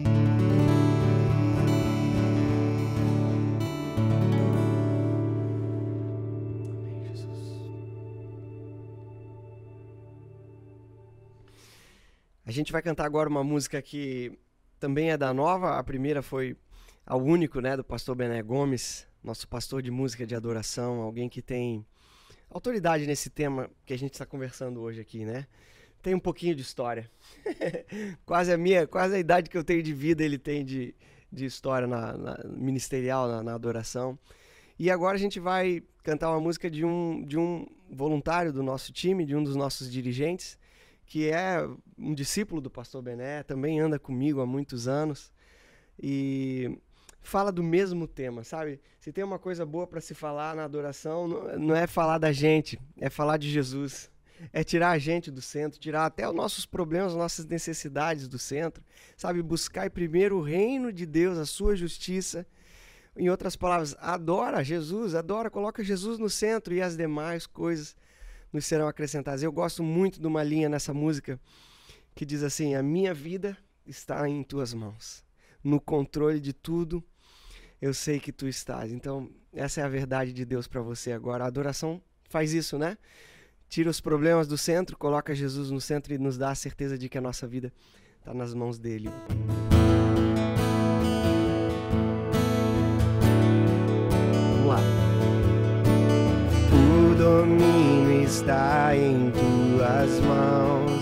A gente vai cantar agora uma música que também é da Nova. A primeira foi ao único, né, do pastor Bené Gomes, nosso pastor de música de adoração, alguém que tem autoridade nesse tema que a gente está conversando hoje aqui, né? Tem um pouquinho de história. quase a minha, quase a idade que eu tenho de vida ele tem de, de história na, na ministerial, na, na adoração. E agora a gente vai cantar uma música de um, de um voluntário do nosso time, de um dos nossos dirigentes, que é um discípulo do pastor Bené, também anda comigo há muitos anos e fala do mesmo tema, sabe? Se tem uma coisa boa para se falar na adoração, não é falar da gente, é falar de Jesus. É tirar a gente do centro, tirar até os nossos problemas, as nossas necessidades do centro, sabe? Buscar primeiro o reino de Deus, a sua justiça. Em outras palavras, adora Jesus, adora, coloca Jesus no centro e as demais coisas nos serão acrescentadas. Eu gosto muito de uma linha nessa música que diz assim: a minha vida está em tuas mãos, no controle de tudo eu sei que tu estás. Então essa é a verdade de Deus para você agora. A adoração faz isso, né? Tira os problemas do centro, coloca Jesus no centro e nos dá a certeza de que a nossa vida está nas mãos dele. Vamos lá. O domínio está em tuas mãos,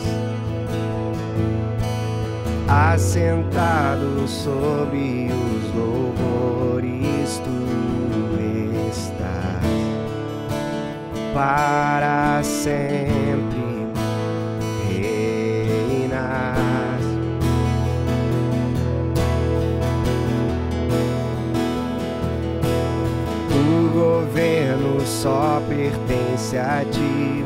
assentado sobre os louvores tu estás, para sempre reinas. O governo só pertence a ti,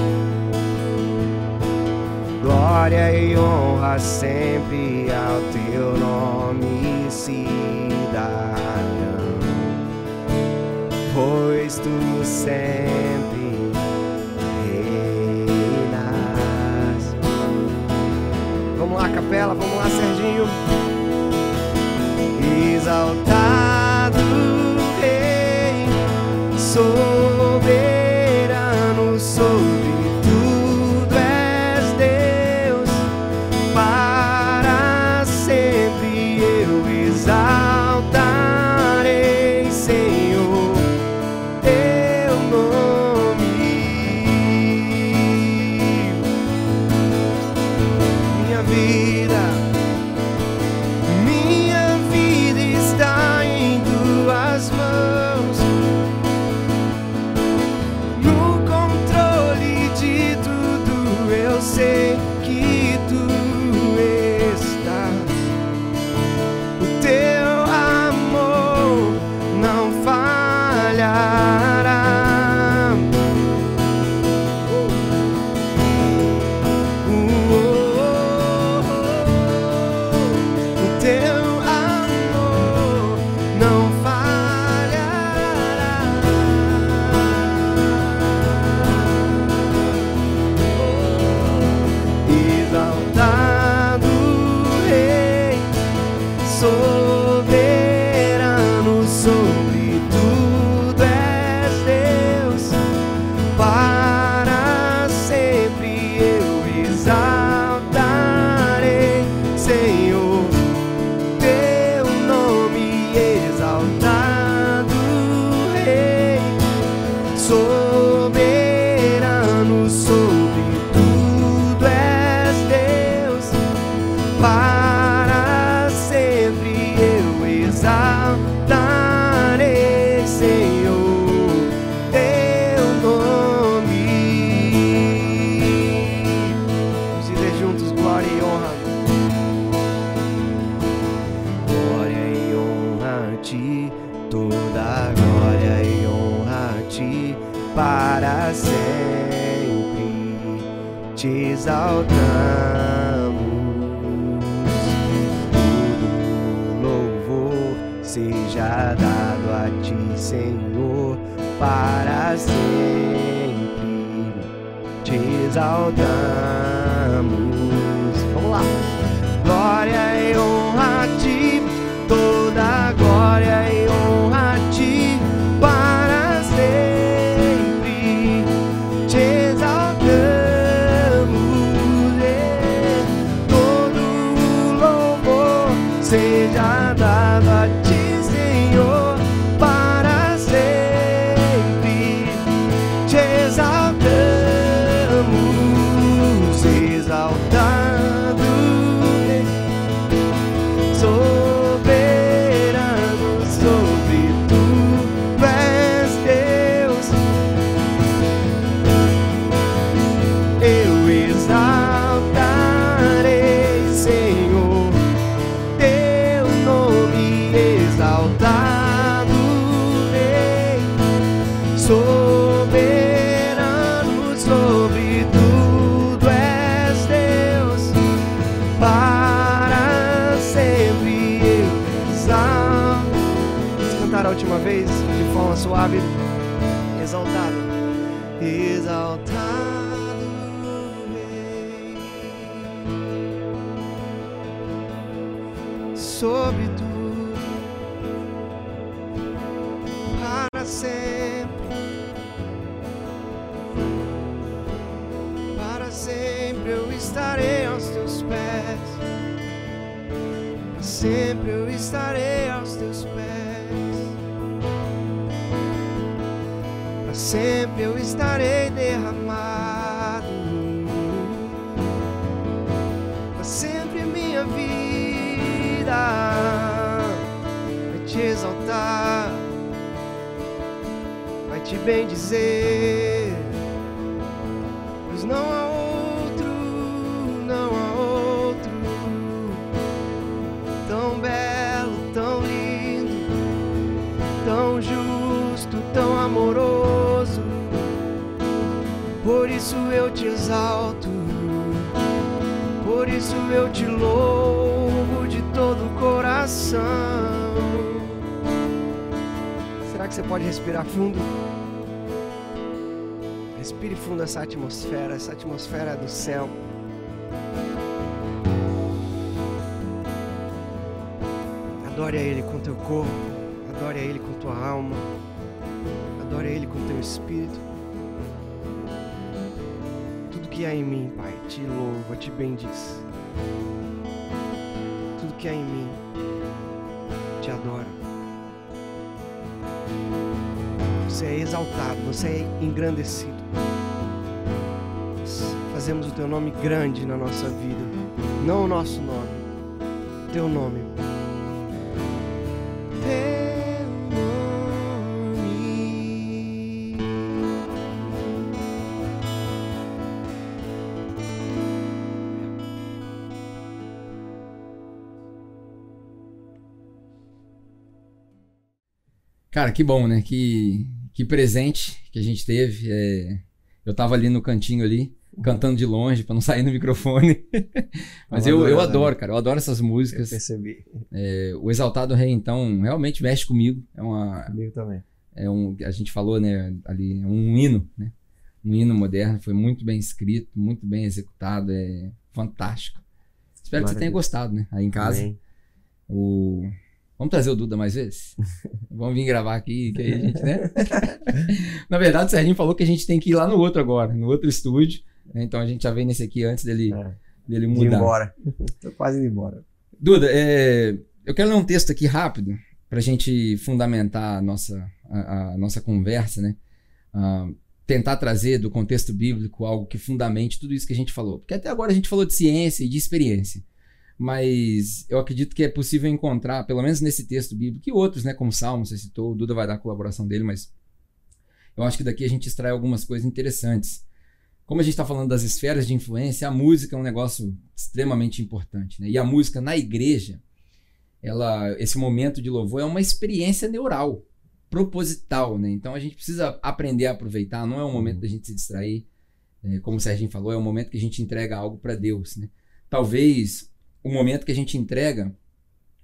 glória e honra sempre ao teu nome se darão, pois tu sempre reinas. Vamos lá, capela, vamos lá, Serginho. Exaltado Rei, soberano sobre tudo és Deus, para sempre eu exaltarei, Senhor, teu nome. Minha vida, minha vida está em tuas mãos, no controle de tudo eu sei que tu estás. O teu amor não falhará. Uh, uh, uh, uh. O teu amor não falhará. Exaltado Rei, soberano sobre tudo és Deus, para sempre eu exaltarei, Senhor, teu nome. Exaltado Rei, soberano sobre tudo és Deus, para sempre eu exaltarei, Senhor, teu nome. Vamos dizer juntos: glória e honra. Glória e honra a ti, toda glória e honra a ti, para sempre te exaltamos. seja dado a ti, Senhor, para sempre. Te exaltamos. Vamos lá. Glória e honra a ti, toda glória e honra a ti, para sempre. Te exaltamos. E todo louvor seja dado a ti, Senhor, para sempre. Te exaltamos, exaltado, soberano sobre tudo és Deus. Eu exaltarei, Senhor, teu nome, exaltado Rei, soberano sobre tudo és Deus, para sempre eu exalto. Vamos cantar a última vez de forma suave. Exaltado, exaltado Rei, sobre tudo, para sempre, para sempre eu estarei aos teus pés, para sempre eu estarei aos teus pés, para sempre eu estarei derramado, para sempre minha vida vai te exaltar, vai te bendizer, pois não há outro, não há outro tão belo, tão lindo, tão justo, tão amoroso. Por isso eu te exalto, por isso eu te louvo de todo o coração. Será que você pode respirar fundo? Respire fundo essa atmosfera, essa atmosfera do céu. Adore a Ele com teu corpo, adore a Ele com tua alma, adore a Ele com teu espírito. Tudo que há em mim, Pai, te louva, te bendiz. Tudo que há em mim te adora. Você é exaltado, você é engrandecido. Fazemos o teu nome grande na nossa vida, não o nosso nome, o teu nome. Teu nome. Cara, que bom, né? Que, que presente que a gente teve. É... Eu tava ali no cantinho ali, cantando de longe pra não sair no microfone. Mas eu, eu adoro, cara. Eu adoro essas músicas. Eu percebi. É, o Exaltado Rei, então, realmente mexe comigo. É uma... Comigo também. É um, a gente falou, né, ali, é um hino, né? Um hino moderno. Foi muito bem escrito, muito bem executado. É fantástico. Espero que você tenha gostado, né? Aí em casa. Amém. O... Vamos trazer o Duda mais vezes? Vamos vir gravar aqui, que aí a gente, né? Na verdade, o Serginho falou que a gente tem que ir lá no outro agora, no outro estúdio. Né? Então a gente já vem nesse aqui antes dele, é. dele mudar. De ir embora. Tô quase indo embora. Duda, é, eu quero ler um texto aqui rápido pra gente fundamentar a nossa, a, a nossa conversa, né? Uh, tentar trazer do contexto bíblico algo que fundamente tudo isso que a gente falou. Porque até agora a gente falou de ciência e de experiência. Mas eu acredito que é possível encontrar, pelo menos nesse texto bíblico, e outros, né, como Salmo, você citou, o Duda vai dar a colaboração dele, mas eu acho que daqui a gente extrai algumas coisas interessantes. Como a gente está falando das esferas de influência, a música é um negócio extremamente importante, né? E a música na igreja, ela, esse momento de louvor é uma experiência neural, proposital, né? Então a gente precisa aprender a aproveitar, não é um momento da gente se distrair, é, como o Serginho falou, é um momento que a gente entrega algo para Deus, né? Talvez o momento que a gente entrega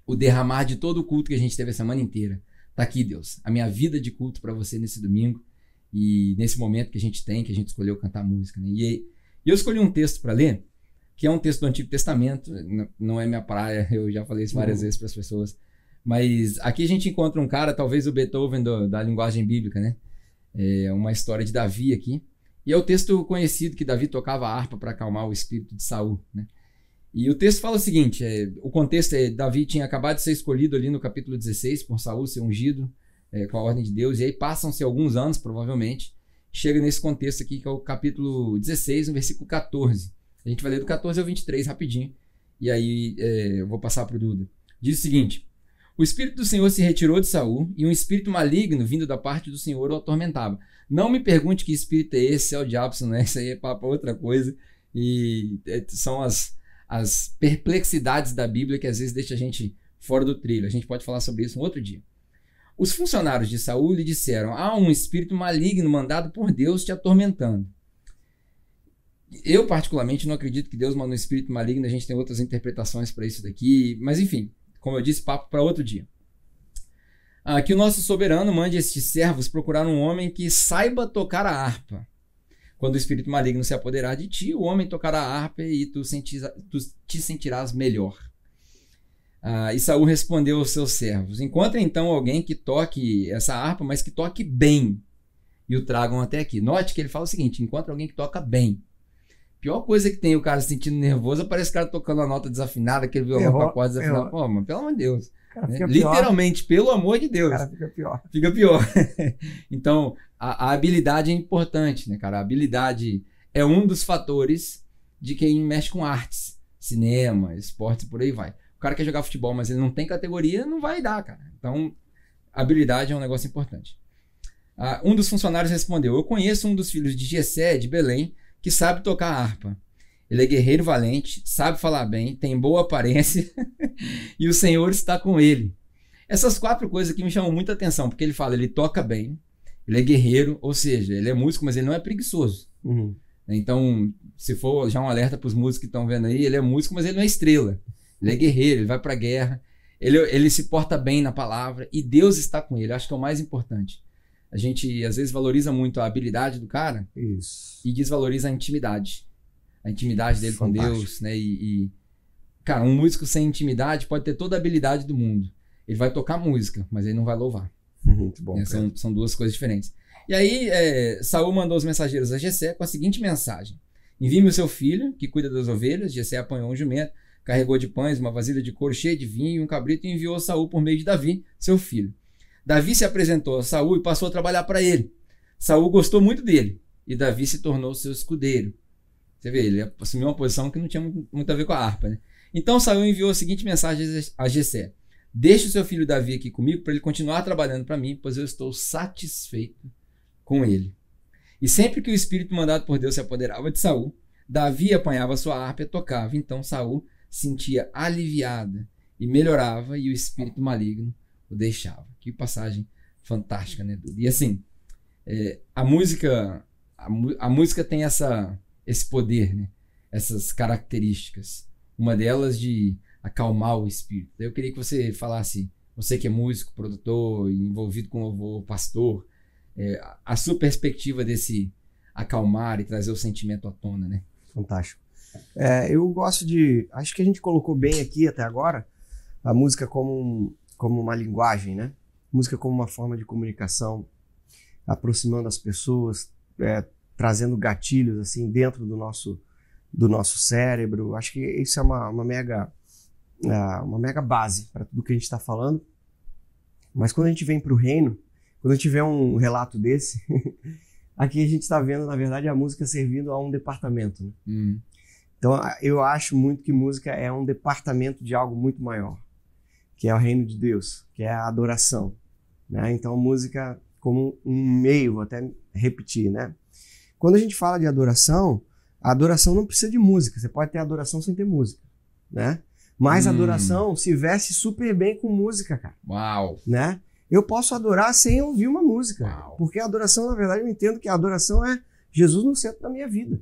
o derramar de todo o culto que a gente teve a semana inteira. Tá aqui, Deus, a minha vida de culto para você nesse domingo e nesse momento que a gente tem, que a gente escolheu cantar música, né? E, e eu escolhi um texto para ler, que é um texto do Antigo Testamento, não é minha praia, eu já falei isso várias uhum. vezes para as pessoas, mas aqui a gente encontra um cara, talvez o Beethoven do, da linguagem bíblica, né? É uma história de Davi aqui, e é o texto conhecido que Davi tocava a harpa para acalmar o espírito de Saul, né? E o texto fala o seguinte, é, o contexto é, Davi tinha acabado de ser escolhido ali no capítulo dezesseis por Saul, ser ungido é, com a ordem de Deus, e aí passam-se alguns anos, provavelmente, chega nesse contexto aqui, que é o capítulo dezesseis, no versículo catorze. A gente vai ler do catorze ao vinte e três rapidinho, e aí é, eu vou passar para o Duda. Diz o seguinte, o Espírito do Senhor se retirou de Saul, e um espírito maligno vindo da parte do Senhor o atormentava. Não me pergunte que espírito é esse, é o diabo, não é, isso aí é para outra coisa, e é, são as... as perplexidades da Bíblia que às vezes deixa a gente fora do trilho. A gente pode falar sobre isso um outro dia. Os funcionários de Saul lhe disseram, há um espírito maligno mandado por Deus te atormentando. Eu particularmente não acredito que Deus manda um espírito maligno, a gente tem outras interpretações para isso daqui, mas enfim, como eu disse, papo para outro dia. Ah, que o nosso soberano mande estes servos procurar um homem que saiba tocar a harpa. Quando o espírito maligno se apoderar de ti, o homem tocará a harpa e tu, sentis, tu te sentirás melhor. Ah, e Saul respondeu aos seus servos, encontre então alguém que toque essa harpa, mas que toque bem, e o tragam até aqui. Note que ele fala o seguinte, encontre alguém que toca bem. Pior coisa que tem o cara se sentindo nervoso, parece o cara tocando uma nota desafinada, aquele violão com a corda desafinada. Pô, mano, pelo amor de Deus. Né? Literalmente, pelo amor de Deus. O cara fica pior. Fica pior. Então, a, a habilidade é importante, né, cara? A habilidade é um dos fatores de quem mexe com artes, cinema, esportes e por aí vai. O cara quer jogar futebol, mas ele não tem categoria, não vai dar, cara. Então, habilidade é um negócio importante. Ah, um dos funcionários respondeu, eu conheço um dos filhos de Jessé, de Belém, que sabe tocar harpa. Ele é guerreiro valente, sabe falar bem, tem boa aparência e o Senhor está com ele. Essas quatro coisas aqui me chamam muita atenção, porque ele fala, ele toca bem, ele é guerreiro, ou seja, ele é músico, mas ele não é preguiçoso. Uhum. Então, se for já um alerta para os músicos que estão vendo aí, ele é músico, mas ele não é estrela. Ele é guerreiro, ele vai para a guerra, ele, ele se porta bem na palavra e Deus está com ele. Acho que é o mais importante. A gente, às vezes, valoriza muito a habilidade do cara Isso. e desvaloriza a intimidade. A intimidade dele Fantástico. com Deus, né? E, e, cara, um músico sem intimidade pode ter toda a habilidade do mundo. Ele vai tocar música, mas ele não vai louvar. Muito bom. É, são, são duas coisas diferentes. E aí, é, Saul mandou os mensageiros a Jessé com a seguinte mensagem. Envie-me o seu filho, que cuida das ovelhas. Jessé apanhou um jumento, carregou de pães uma vasilha de couro cheia de vinho e um cabrito e enviou a Saul por meio de Davi, seu filho. Davi se apresentou a Saul e passou a trabalhar para ele. Saul gostou muito dele e Davi se tornou seu escudeiro. Você vê, ele assumiu uma posição que não tinha muito a ver com a harpa, né? Então Saul enviou a seguinte mensagem a Jessé. Deixe o seu filho Davi aqui comigo para ele continuar trabalhando para mim, pois eu estou satisfeito com ele. E sempre que o espírito mandado por Deus se apoderava de Saul, Davi apanhava sua harpa e tocava. Então Saul sentia aliviada e melhorava e o espírito maligno o deixava. Que passagem fantástica, né, Dudu? E assim, é, a música a, a música tem essa, esse poder, né? Essas características. Uma delas de acalmar o espírito. Eu queria que você falasse, você que é músico, produtor, envolvido com louvor, pastor, é, a sua perspectiva desse acalmar e trazer o sentimento à tona, né? Fantástico. É, eu gosto de... Acho que a gente colocou bem aqui até agora a música como, um, como uma linguagem, né? Música como uma forma de comunicação, aproximando as pessoas, é, trazendo gatilhos assim dentro do nosso, do nosso cérebro. Acho que isso é uma, uma, mega, uma mega base para tudo que a gente está falando. Mas quando a gente vem para o reino, quando a gente vê um relato desse, aqui a gente está vendo, na verdade, a música servindo a um departamento. Né? Hum. Então, eu acho muito que música é um departamento de algo muito maior, que é o reino de Deus, que é a adoração. Né? Então, música como um meio, vou até repetir, né? Quando a gente fala de adoração, a adoração não precisa de música. Você pode ter adoração sem ter música, né? Mas hum. a adoração se veste super bem com música, cara. Uau! Né? Eu posso adorar sem ouvir uma música. Uau. Porque a adoração, na verdade, eu entendo que a adoração é Jesus no centro da minha vida.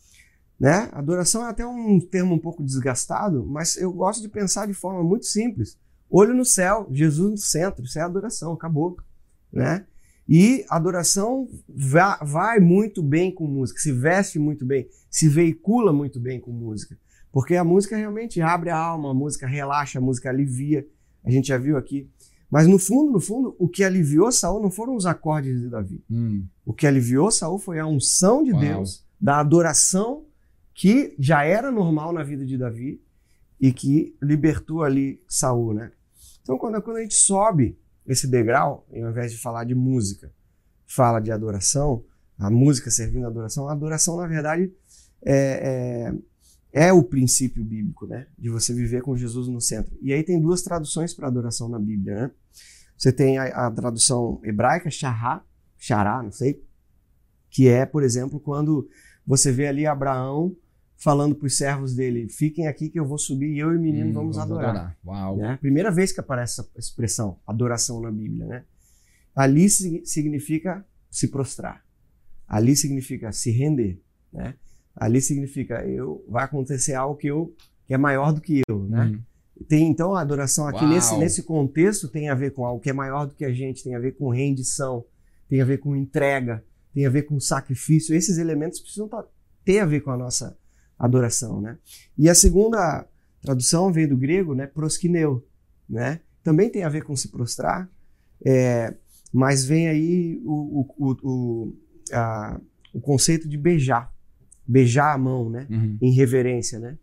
Né? Adoração é até um termo um pouco desgastado, mas eu gosto de pensar de forma muito simples. Olho no céu, Jesus no centro, isso é adoração, acabou, né? E adoração vai, vai muito bem com música, se veste muito bem, se veicula muito bem com música. Porque a música realmente abre a alma, a música relaxa, a música alivia. A gente já viu aqui. Mas no fundo, no fundo, o que aliviou Saul não foram os acordes de Davi. Hum. O que aliviou Saul foi a unção de Uau. Deus, da adoração que já era normal na vida de Davi e que libertou ali Saul, né? Então, quando, quando a gente sobe esse degrau, ao invés de falar de música, fala de adoração, a música servindo a adoração, a adoração, na verdade, é, é, é o princípio bíblico, né? De você viver com Jesus no centro. E aí tem duas traduções para adoração na Bíblia, né? Você tem a, a tradução hebraica, shará, shará, não sei, que é, por exemplo, quando você vê ali Abraão falando para os servos dele, fiquem aqui que eu vou subir e eu e o menino hum, vamos, vamos adorar. adorar. Uau. Né? Primeira vez que aparece essa expressão, adoração na Bíblia, né? Ali significa se prostrar. Ali significa se render, né? Ali significa eu, vai acontecer algo que, eu, que é maior do que eu, né? Hum. Tem, então, a adoração aqui nesse, nesse contexto tem a ver com algo que é maior do que a gente, tem a ver com rendição, tem a ver com entrega, tem a ver com sacrifício. Esses elementos precisam tá, ter a ver com a nossa adoração, né? E a segunda tradução vem do grego, né? Proskineu, né? Também tem a ver com se prostrar, é, mas vem aí o, o, o, a, o conceito de beijar, beijar a mão, né? Uhum. Em reverência, né?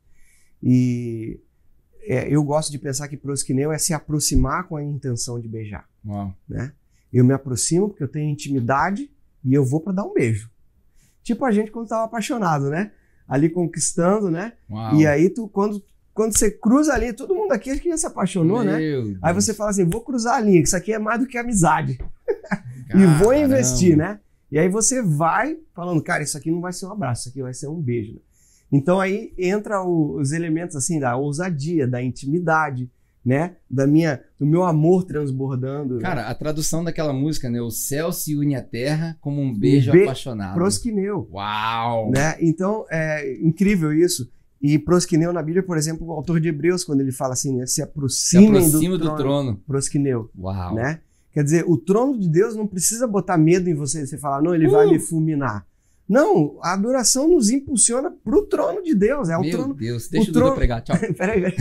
E é, eu gosto de pensar que proskineu é se aproximar com a intenção de beijar, Uau. Né? Eu me aproximo porque eu tenho intimidade e eu vou para dar um beijo. Tipo a gente quando estava apaixonado, né? Ali conquistando, né? Uau. E aí tu, quando, quando você cruza a linha, todo mundo aqui acho que já se apaixonou, Meu né? Deus. Aí você fala assim, vou cruzar a linha, que isso aqui é mais do que amizade. E vou investir, né? E aí você vai falando, cara, isso aqui não vai ser um abraço, isso aqui vai ser um beijo. Né? Então aí entra o, os elementos assim da ousadia, da intimidade, né? Da minha, do meu amor transbordando. Cara, né? A tradução daquela música, né? O céu se une à terra como um beijo Be- apaixonado. Proskineu. Uau! Né? Então, é incrível isso. E proskineu na Bíblia, por exemplo, o autor de Hebreus, quando ele fala assim, né? Se aproximem se aproxima do, do trono. trono. Proskineu. Uau! Né? Quer dizer, o trono de Deus não precisa botar medo em você. Você falar, não, ele uh! vai me fulminar. Não, a adoração nos impulsiona pro trono de Deus. É o Meu trono, Deus, deixa o, o trono... Duda pregar, tchau. Peraí, peraí.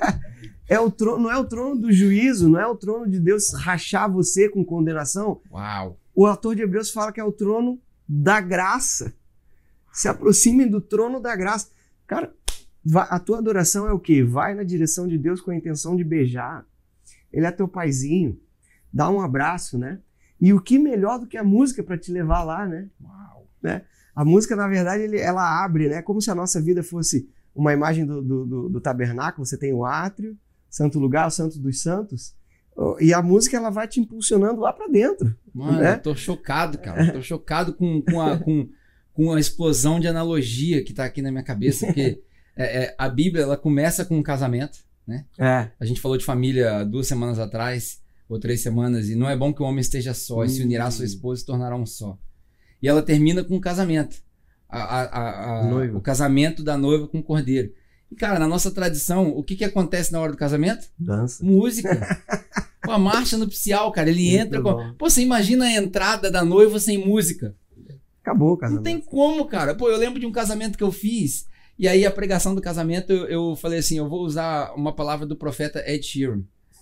É o trono, não é o trono do juízo, não é o trono de Deus rachar você com condenação. Uau. O autor de Hebreus fala que é o trono da graça. Se aproximem do trono da graça. Cara, a tua adoração é o quê? Vai na direção de Deus com a intenção de beijar. Ele é teu paizinho. Dá um abraço, né? E o que melhor do que a música para te levar lá, né? Uau. Né? A música, na verdade, ele, ela abre, né? Como se a nossa vida fosse uma imagem do, do, do, do tabernáculo. Você tem o átrio, santo lugar, o santo dos santos. E a música, ela vai te impulsionando lá para dentro. Mano, né? eu tô chocado, cara. Eu tô chocado com, com, a, com, com a explosão de analogia que tá aqui na minha cabeça. Porque é, é, a Bíblia, ela começa com um casamento, né? É. A gente falou de família duas semanas atrás, ou três semanas, e não é bom que o homem esteja só, hum. e se unirá a sua esposa e se tornará um só. E ela termina com um casamento. A, a, a, a, o casamento da noiva com o cordeiro. E, cara, na nossa tradição, o que que acontece na hora do casamento? Dança. Música. Pô, a marcha nupcial, cara, ele Muito entra com... Pô, você imagina a entrada da noiva sem música. Acabou o casamento. Não tem como, cara. Pô, eu lembro de um casamento que eu fiz, e aí a pregação do casamento, eu, eu falei assim, eu vou usar uma palavra do profeta Ed Sheeran.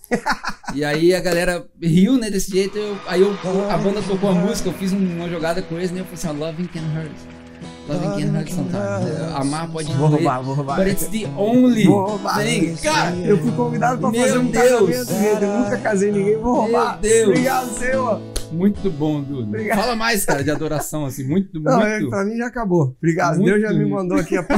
E aí a galera riu, né, desse jeito, eu, aí eu, a banda tocou a música, eu fiz uma jogada com eles, né, eu falei assim, ó, loving can hurt. Loving can hurt sometimes. Amar pode Vou roubar, vou roubar. But it's the only thing. Cara, eu fui convidado pra fazer um Deus. casamento, eu nunca casei ninguém, vou roubar. Meu Deus. Obrigado, Senhor. Muito bom, Dudu. Obrigado. Fala mais, cara, de adoração, assim, muito, Não, muito. É, pra mim já acabou. Obrigado, muito Deus já me mandou aqui a...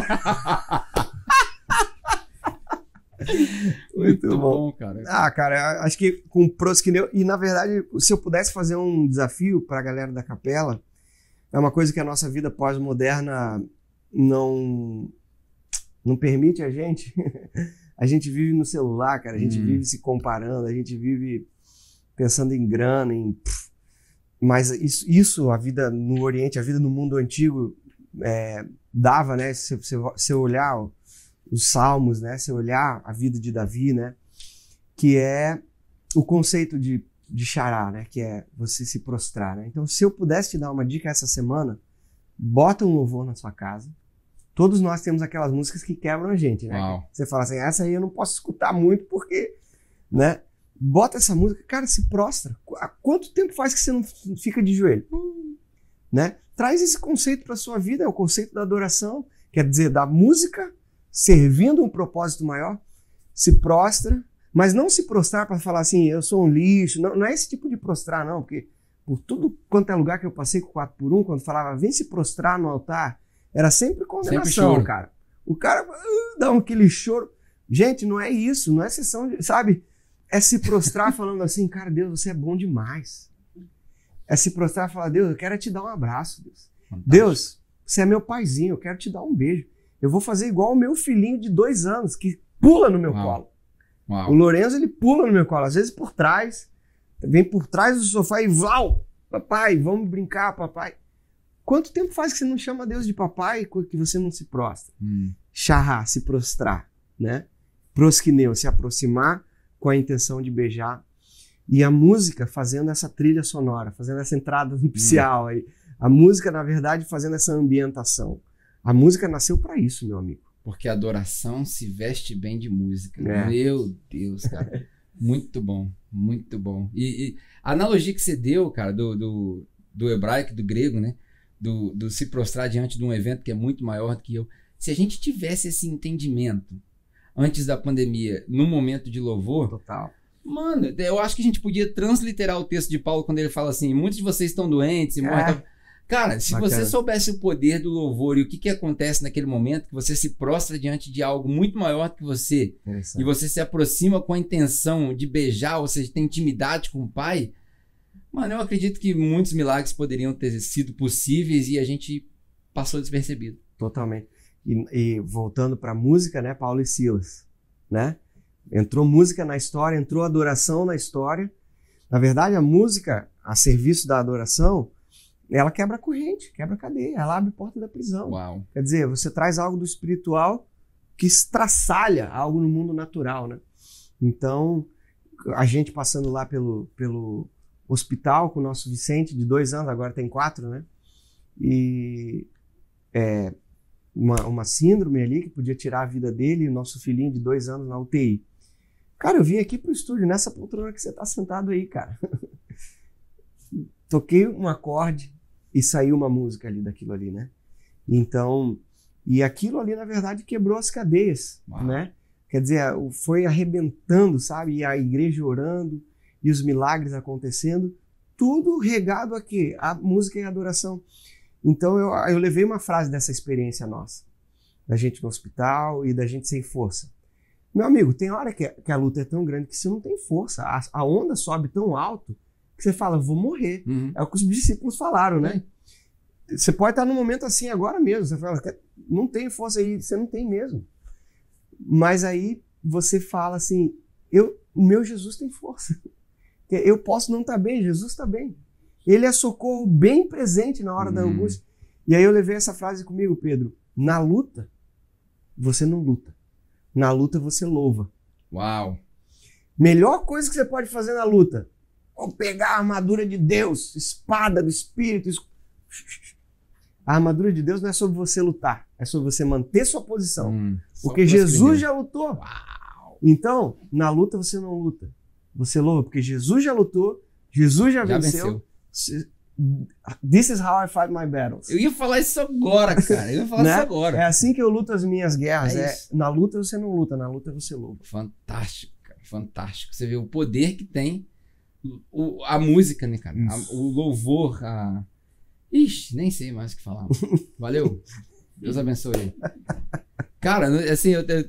Muito, muito bom. bom, cara. Ah, cara, acho que com proskineu, e na verdade, se eu pudesse fazer um desafio pra galera da capela, é uma coisa que a nossa vida pós-moderna não, não permite a gente. A gente vive no celular, cara, a gente hum. vive se comparando, a gente vive pensando em grana, em... Mas isso, isso, a vida no Oriente, a vida no mundo antigo é, dava, né? Se você olhar os Salmos, né? Se olhar a vida de Davi, né? que é o conceito de, de xará, né? Que é você se prostrar, né? Então, se eu pudesse te dar uma dica essa semana, bota um louvor na sua casa. Todos nós temos aquelas músicas que quebram a gente, né? Uau. Você fala assim, essa aí eu não posso escutar muito porque, né? Bota essa música, cara, se prostra. Há quanto tempo faz que você não fica de joelho? Hum, né? Traz esse conceito para sua vida, é o conceito da adoração, quer dizer, da música servindo um propósito maior. Se prostra, mas não se prostrar para falar assim, eu sou um lixo. Não, não é esse tipo de prostrar, não, porque por tudo quanto é lugar que eu passei com quatro por um, quando falava, vem se prostrar no altar, era sempre condenação, sempre cara. O cara uh, dá um, aquele choro. Gente, não é isso, não é sessão de, sabe? É se prostrar falando assim, cara, Deus, você é bom demais. É se prostrar e falar, Deus, eu quero te dar um abraço, Deus. Fantástico. Deus, você é meu paizinho, eu quero te dar um beijo. Eu vou fazer igual o meu filhinho de dois anos, que pula no meu Uau. colo. Uau. O Lorenzo, ele pula no meu colo, às vezes por trás, vem por trás do sofá e vau, papai, vamos brincar, papai. Quanto tempo faz que você não chama Deus de papai que você não se prostra? Hum. Charrar, se prostrar, né? Prosquineu, se aproximar com a intenção de beijar. E a música fazendo essa trilha sonora, fazendo essa entrada nupcial hum. aí. A música, na verdade, fazendo essa ambientação. A música nasceu para isso, meu amigo. Porque a adoração se veste bem de música. É. Meu Deus, cara. Muito bom, muito bom. E, e a analogia que você deu, cara, do, do, do hebraico, do grego, né? Do, do se prostrar diante de um evento que é muito maior do que eu. Se a gente tivesse esse entendimento antes da pandemia, num momento de louvor... Total. Mano, eu acho que a gente podia transliterar o texto de Paulo quando ele fala assim, muitos de vocês estão doentes e morrem... É. Cara, se Bacana. Você soubesse o poder do louvor e o que, que acontece naquele momento, que você se prostra diante de algo muito maior que você, e você se aproxima com a intenção de beijar, ou seja, ter intimidade com o Pai, mano, eu acredito que muitos milagres poderiam ter sido possíveis e a gente passou despercebido. Totalmente. E, e voltando para a música, né, Paulo e Silas, né? Entrou música na história, entrou adoração na história. Na verdade, a música, a serviço da adoração, ela quebra a corrente, quebra a cadeia, ela abre a porta da prisão. Uau. Quer dizer, você traz algo do espiritual que estraçalha algo no mundo natural, né? Então, a gente passando lá pelo, pelo hospital com o nosso Vicente, de dois anos, agora tem quatro, né? E é, uma, uma síndrome ali que podia tirar a vida dele, e o nosso filhinho de dois anos na U T I. Cara, eu vim aqui pro estúdio, nessa poltrona que você tá sentado aí, cara. Toquei um acorde e saiu uma música ali daquilo ali, né? Então, e aquilo ali, na verdade, quebrou as cadeias, Uau. Né? Quer dizer, foi arrebentando, sabe? E a igreja orando, e os milagres acontecendo, tudo regado aqui, a música e a adoração. Então, eu, eu levei uma frase dessa experiência nossa, da gente no hospital e da gente sem força. Meu amigo, tem hora que, que a luta é tão grande que você não tem força, a, a onda sobe tão alto que você fala, vou morrer. Uhum. É o que os discípulos falaram, né? Uhum. Você pode estar num momento assim agora mesmo. Você fala, não tem força aí, você não tem mesmo. Mas aí você fala assim, eu, o meu Jesus tem força. Eu posso não estar bem, Jesus está bem. Ele é socorro bem presente na hora uhum. da angústia. E aí eu levei essa frase comigo, Pedro. Na luta, você não luta. Na luta você louva. Uau! Melhor coisa que você pode fazer na luta, ou pegar a armadura de Deus, espada do Espírito. Es... A armadura de Deus não é sobre você lutar, é sobre você manter sua posição. Hum, porque Jesus já lutou. Uau. Então, na luta você não luta. Você louva, porque Jesus já lutou, Jesus já, já venceu. venceu. This is how I fight my battles. Eu ia falar isso agora, cara. Eu ia falar né? isso agora. É assim que eu luto as minhas guerras. É é, na luta você não luta, na luta você louva. Fantástico, cara. Fantástico. Você vê o poder que tem o, a música, né, cara? A, o louvor, a... Ixi, nem sei mais o que falar. Valeu. Deus abençoe. Cara, assim, eu tenho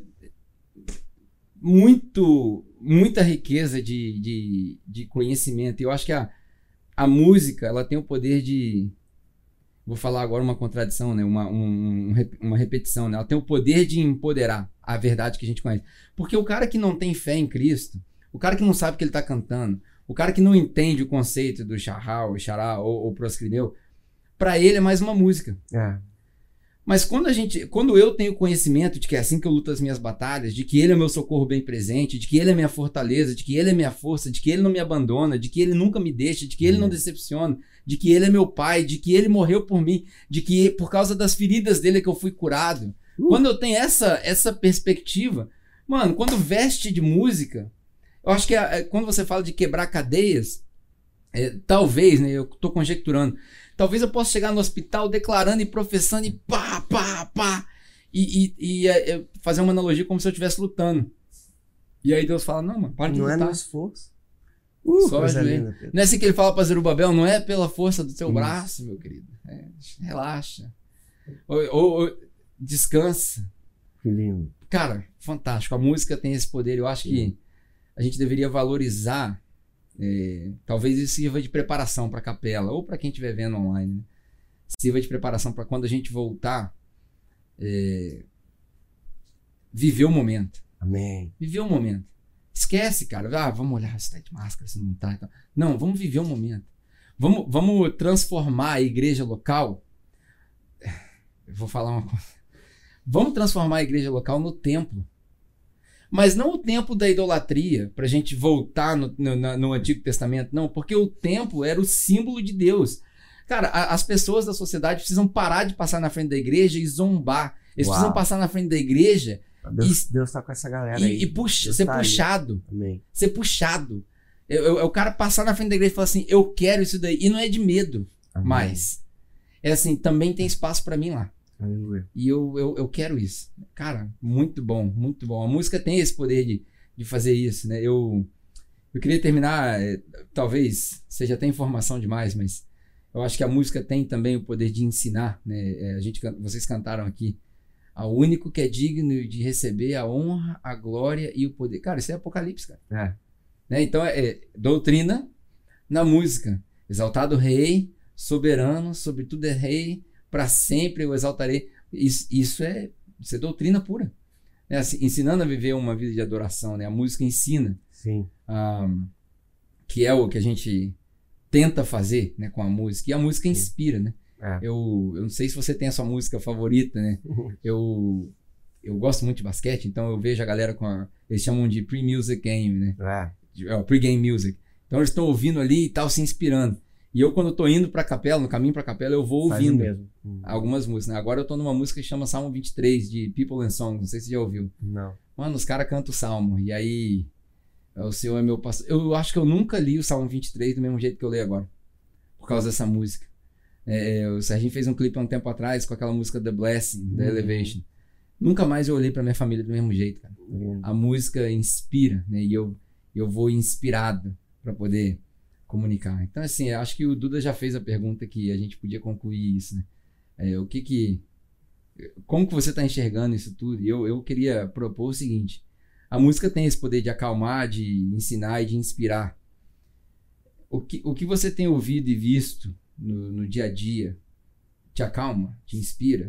muito, muita riqueza de, de, de conhecimento. Eu acho que a A música, ela tem o poder de... Vou falar agora uma contradição, né? Uma, um, uma repetição, né? Ela tem o poder de empoderar a verdade que a gente conhece. Porque o cara que não tem fé em Cristo, o cara que não sabe o que ele está cantando, o cara que não entende o conceito do charral, xará ou, ou proscrineu, para ele é mais uma música. É. Mas quando a gente, quando eu tenho conhecimento de que é assim que eu luto as minhas batalhas, de que ele é o meu socorro bem presente, de que ele é minha fortaleza, de que ele é minha força, de que ele não me abandona, de que ele nunca me deixa, de que ele não decepciona, de que ele é meu pai, de que ele morreu por mim, de que por causa das feridas dele é que eu fui curado. Uh. Quando eu tenho essa, essa perspectiva, mano, quando veste de música, eu acho que é, é, quando você fala de quebrar cadeias, é, talvez, né, eu tô conjecturando, talvez eu possa chegar no hospital declarando e professando e pá, pá, pá. E, e, e é, fazer uma analogia como se eu estivesse lutando. E aí Deus fala, não, mano, para de não lutar. Não é no esforço. Uh, Só linda, não é assim que ele fala para Zerubabel, não é pela força do teu Isso. braço, meu querido. É, relaxa. Ou, ou, ou descansa. Que lindo. Cara, fantástico. A música tem esse poder. Eu acho Sim. que a gente deveria valorizar. É, talvez isso sirva de preparação para a capela ou para quem estiver vendo online, né? Sirva de preparação para quando a gente voltar é, viver o momento. Amém. Viver o momento. Esquece, cara. Ah, vamos olhar se tá de máscara, se não tá. Então. Não, vamos viver o momento. Vamos, vamos transformar a igreja local. Eu vou falar uma coisa. Vamos transformar a igreja local no templo. Mas não o templo da idolatria, para a gente voltar no, no, no Antigo Testamento, não, porque o templo era o símbolo de Deus. Cara, a, as pessoas da sociedade precisam parar de passar na frente da igreja e zombar. Eles Uau. precisam passar na frente da igreja Deus, e, Deus tá com essa galera e, aí. e puxa, ser tá puxado. Amém. Ser puxado. É o cara passar na frente da igreja e falar assim, eu quero isso daí. E não é de medo, Amém. mas é assim, também tem espaço para mim lá. Aleluia. E eu, eu, eu quero isso. Cara, muito bom, muito bom. A música tem esse poder de, de fazer isso, né? Eu, eu queria terminar, é, talvez seja até informação demais, mas eu acho que a música tem também o poder de ensinar, né? É, a gente, vocês cantaram aqui, ao único que é digno de receber a honra, a glória e o poder. Cara, isso é Apocalipse, cara. É. Né? Então, é, é doutrina na música. Exaltado Rei, soberano, sobre tudo é Rei, para sempre eu exaltarei. Isso, isso, é, isso é doutrina pura. É assim, ensinando a viver uma vida de adoração. Né? A música ensina. Sim. Um, que é o que a gente tenta fazer, né, com a música. E a música inspira. Né? É. Eu, eu não sei se você tem a sua música favorita. Né? eu, eu gosto muito de basquete, então eu vejo a galera com a... Eles chamam de pre-music game. Né? É. Pre-game music. Então eles estão ouvindo ali e tal, se inspirando. E eu, quando eu tô indo pra capela, no caminho pra capela, eu vou ouvindo mesmo. Hum. algumas músicas. Né? Agora eu tô numa música que chama Salmo vinte e três, de People and Songs. Não sei se você já ouviu. Não. Mano, os caras cantam o Salmo. E aí, o Senhor é meu pastor. Eu acho que eu nunca li o Salmo vinte e três do mesmo jeito que eu leio agora. Por causa dessa música. É, o Serginho fez um clipe há um tempo atrás com aquela música The Blessing, da uhum. Elevation. Nunca mais eu olhei pra minha família do mesmo jeito, cara. Uhum. A música inspira, né? E eu, eu vou inspirado pra poder comunicar. Então, assim, eu acho que o Duda já fez a pergunta que a gente podia concluir isso, né? É, o que que... Como que você está enxergando isso tudo? E eu, eu queria propor o seguinte. A música tem esse poder de acalmar, de ensinar e de inspirar. O que, o que você tem ouvido e visto no, no dia a dia te acalma, te inspira,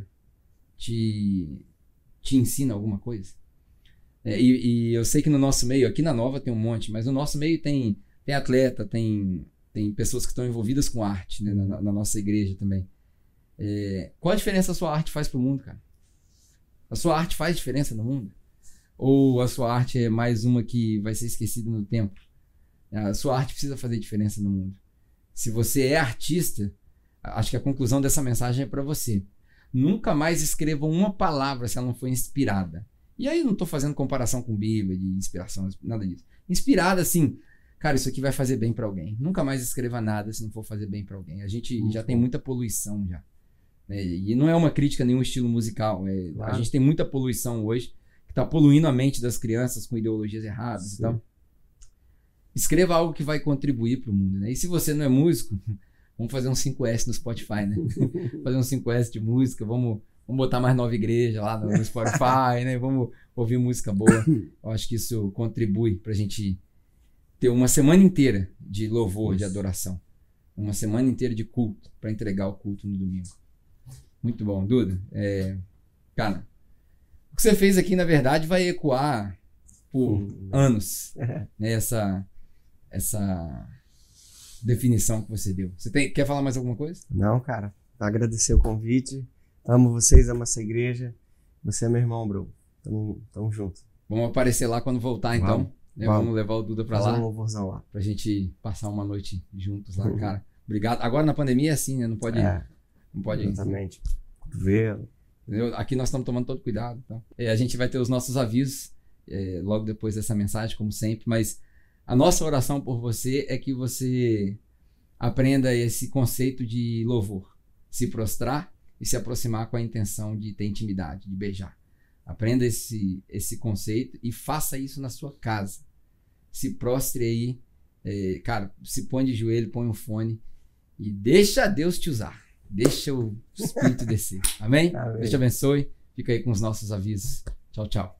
te, te ensina alguma coisa? É, e, e eu sei que no nosso meio, aqui na Nova tem um monte, mas no nosso meio tem... Tem atleta, tem, tem pessoas que estão envolvidas com arte, né, na, na nossa igreja também. É, qual a diferença a sua arte faz pro mundo, cara? A sua arte faz diferença no mundo? Ou a sua arte é mais uma que vai ser esquecida no tempo? A sua arte precisa fazer diferença no mundo. Se você é artista, acho que a conclusão dessa mensagem é para você. Nunca mais escreva uma palavra se ela não for inspirada. E aí eu não estou fazendo comparação com Bíblia, de inspiração, nada disso. Inspirada, assim... Cara, isso aqui vai fazer bem pra alguém. Nunca mais escreva nada se não for fazer bem pra alguém. A gente uhum. já tem muita poluição já. Né? E não é uma crítica a nenhum estilo musical. É, claro. A gente tem muita poluição hoje que tá poluindo a mente das crianças com ideologias erradas. Sim. E tal. Escreva algo que vai contribuir pro mundo. Né? E se você não é músico, vamos fazer um cinco S no Spotify, né? Fazer um cinco S de música. Vamos, vamos botar mais Nova Igreja lá no Spotify, né? Vamos ouvir música boa. Eu acho que isso contribui pra gente... ter uma semana inteira de louvor, Isso. de adoração. Uma semana inteira de culto, para entregar o culto no domingo. Muito bom. Duda, é, cara, o que você fez aqui, na verdade, vai ecoar por uhum. anos. Né, essa, essa definição que você deu. Você tem, quer falar mais alguma coisa? Não, cara. Agradecer o convite. Amo vocês, amo essa igreja. Você é meu irmão, bro. Tamo, tamo junto. Vamos aparecer lá quando voltar, então. Vamos, né? vamos. Vamos levar o Duda pra Fazer lá. um louvorzão lá. Pra gente passar uma noite juntos lá, cara. Obrigado. Agora na pandemia é assim, né? Não pode... É, não pode... exatamente. Cotovelo. Entendeu? Aqui nós estamos tomando todo cuidado. Tá? É, a gente vai ter os nossos avisos é, logo depois dessa mensagem, como sempre. Mas a nossa oração por você é que você aprenda esse conceito de louvor. Se prostrar e se aproximar com a intenção de ter intimidade, de beijar. Aprenda esse, esse conceito e faça isso na sua casa. Se prostre aí, é, cara, se põe de joelho, põe um fone e deixa Deus te usar. Deixa o Espírito descer. Amém? Amém. Deus te abençoe. Fica aí com os nossos avisos. Tchau, tchau.